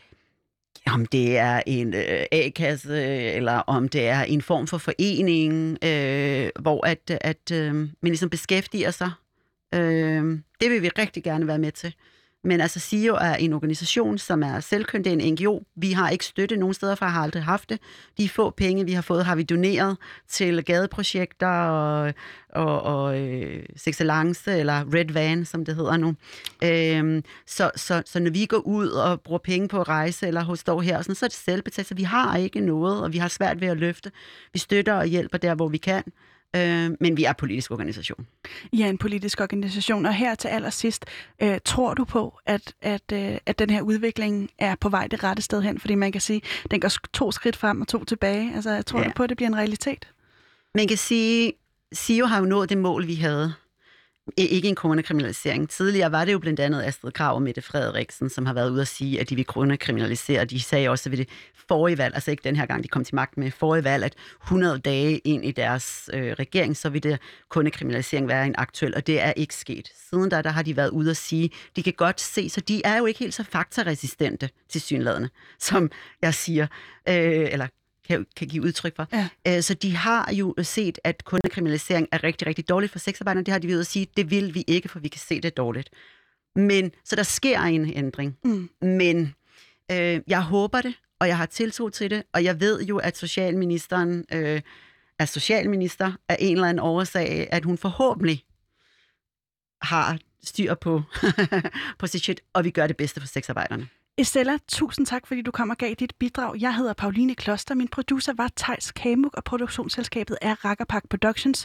om det er en øh, A-kasse, eller om det er en form for forening, øh, hvor at, at øh, man ligesom beskæftiger sig. Øh, det vil vi rigtig gerne være med til. Men altså, S I O er en organisation, som er selvkønt, det er en N G O. Vi har ikke støtte nogen steder fra, har aldrig haft det. De få penge, vi har fået, har vi doneret til gadeprojekter og, og, og øh, Sexalance, eller Red Van, som det hedder nu. Øhm, så, så, så når vi går ud og bruger penge på at rejse, eller hos står her, sådan, så er det selvbetalt, så vi har ikke noget, og vi har svært ved at løfte. Vi støtter og hjælper der, hvor vi kan. Øh, men vi er en politisk organisation. I er en politisk organisation, og her til allersidst, øh, tror du på, at, at, øh, at den her udvikling er på vej det rette sted hen? Fordi man kan sige, at den går to skridt frem og to tilbage. Altså, tror ja. du på, at det bliver en realitet? Man kan sige, S I O har jo nået det mål, vi havde. Ikke en coronakriminalisering. Tidligere var det jo blandt andet Astrid Krag og Mette Frederiksen, som har været ude at sige, at de vil coronakriminalisere. De sagde også ved det forrige valg, altså ikke den her gang, de kom til magten med forrige valg, at hundrede dage ind i deres øh, regering, så vil det coronakriminalisering være en aktuel, og det er ikke sket. Siden da, der har de været ude at sige, de kan godt se, så de er jo ikke helt så faktaresistente til synladende, som jeg siger, øh, eller Kan, kan give udtryk for. Ja. Æ, så de har jo set, at kundekriminalisering er rigtig, rigtig dårligt for sexarbejderne. Det har de ved at sige, det vil vi ikke, for vi kan se det dårligt. Men, så der sker en ændring. Mm. Men øh, jeg håber det, og jeg har tiltro til det, og jeg ved jo, at socialministeren øh, er socialminister af en eller anden årsag, at hun forhåbentlig har styr på, på sit shit, og vi gør det bedste for sexarbejderne. Estella, tusind tak, fordi du kom og gav dit bidrag. Jeg hedder Pauline Kloster, min producer var Theis Kamuk, og produktionsselskabet er Rakkerpak Productions.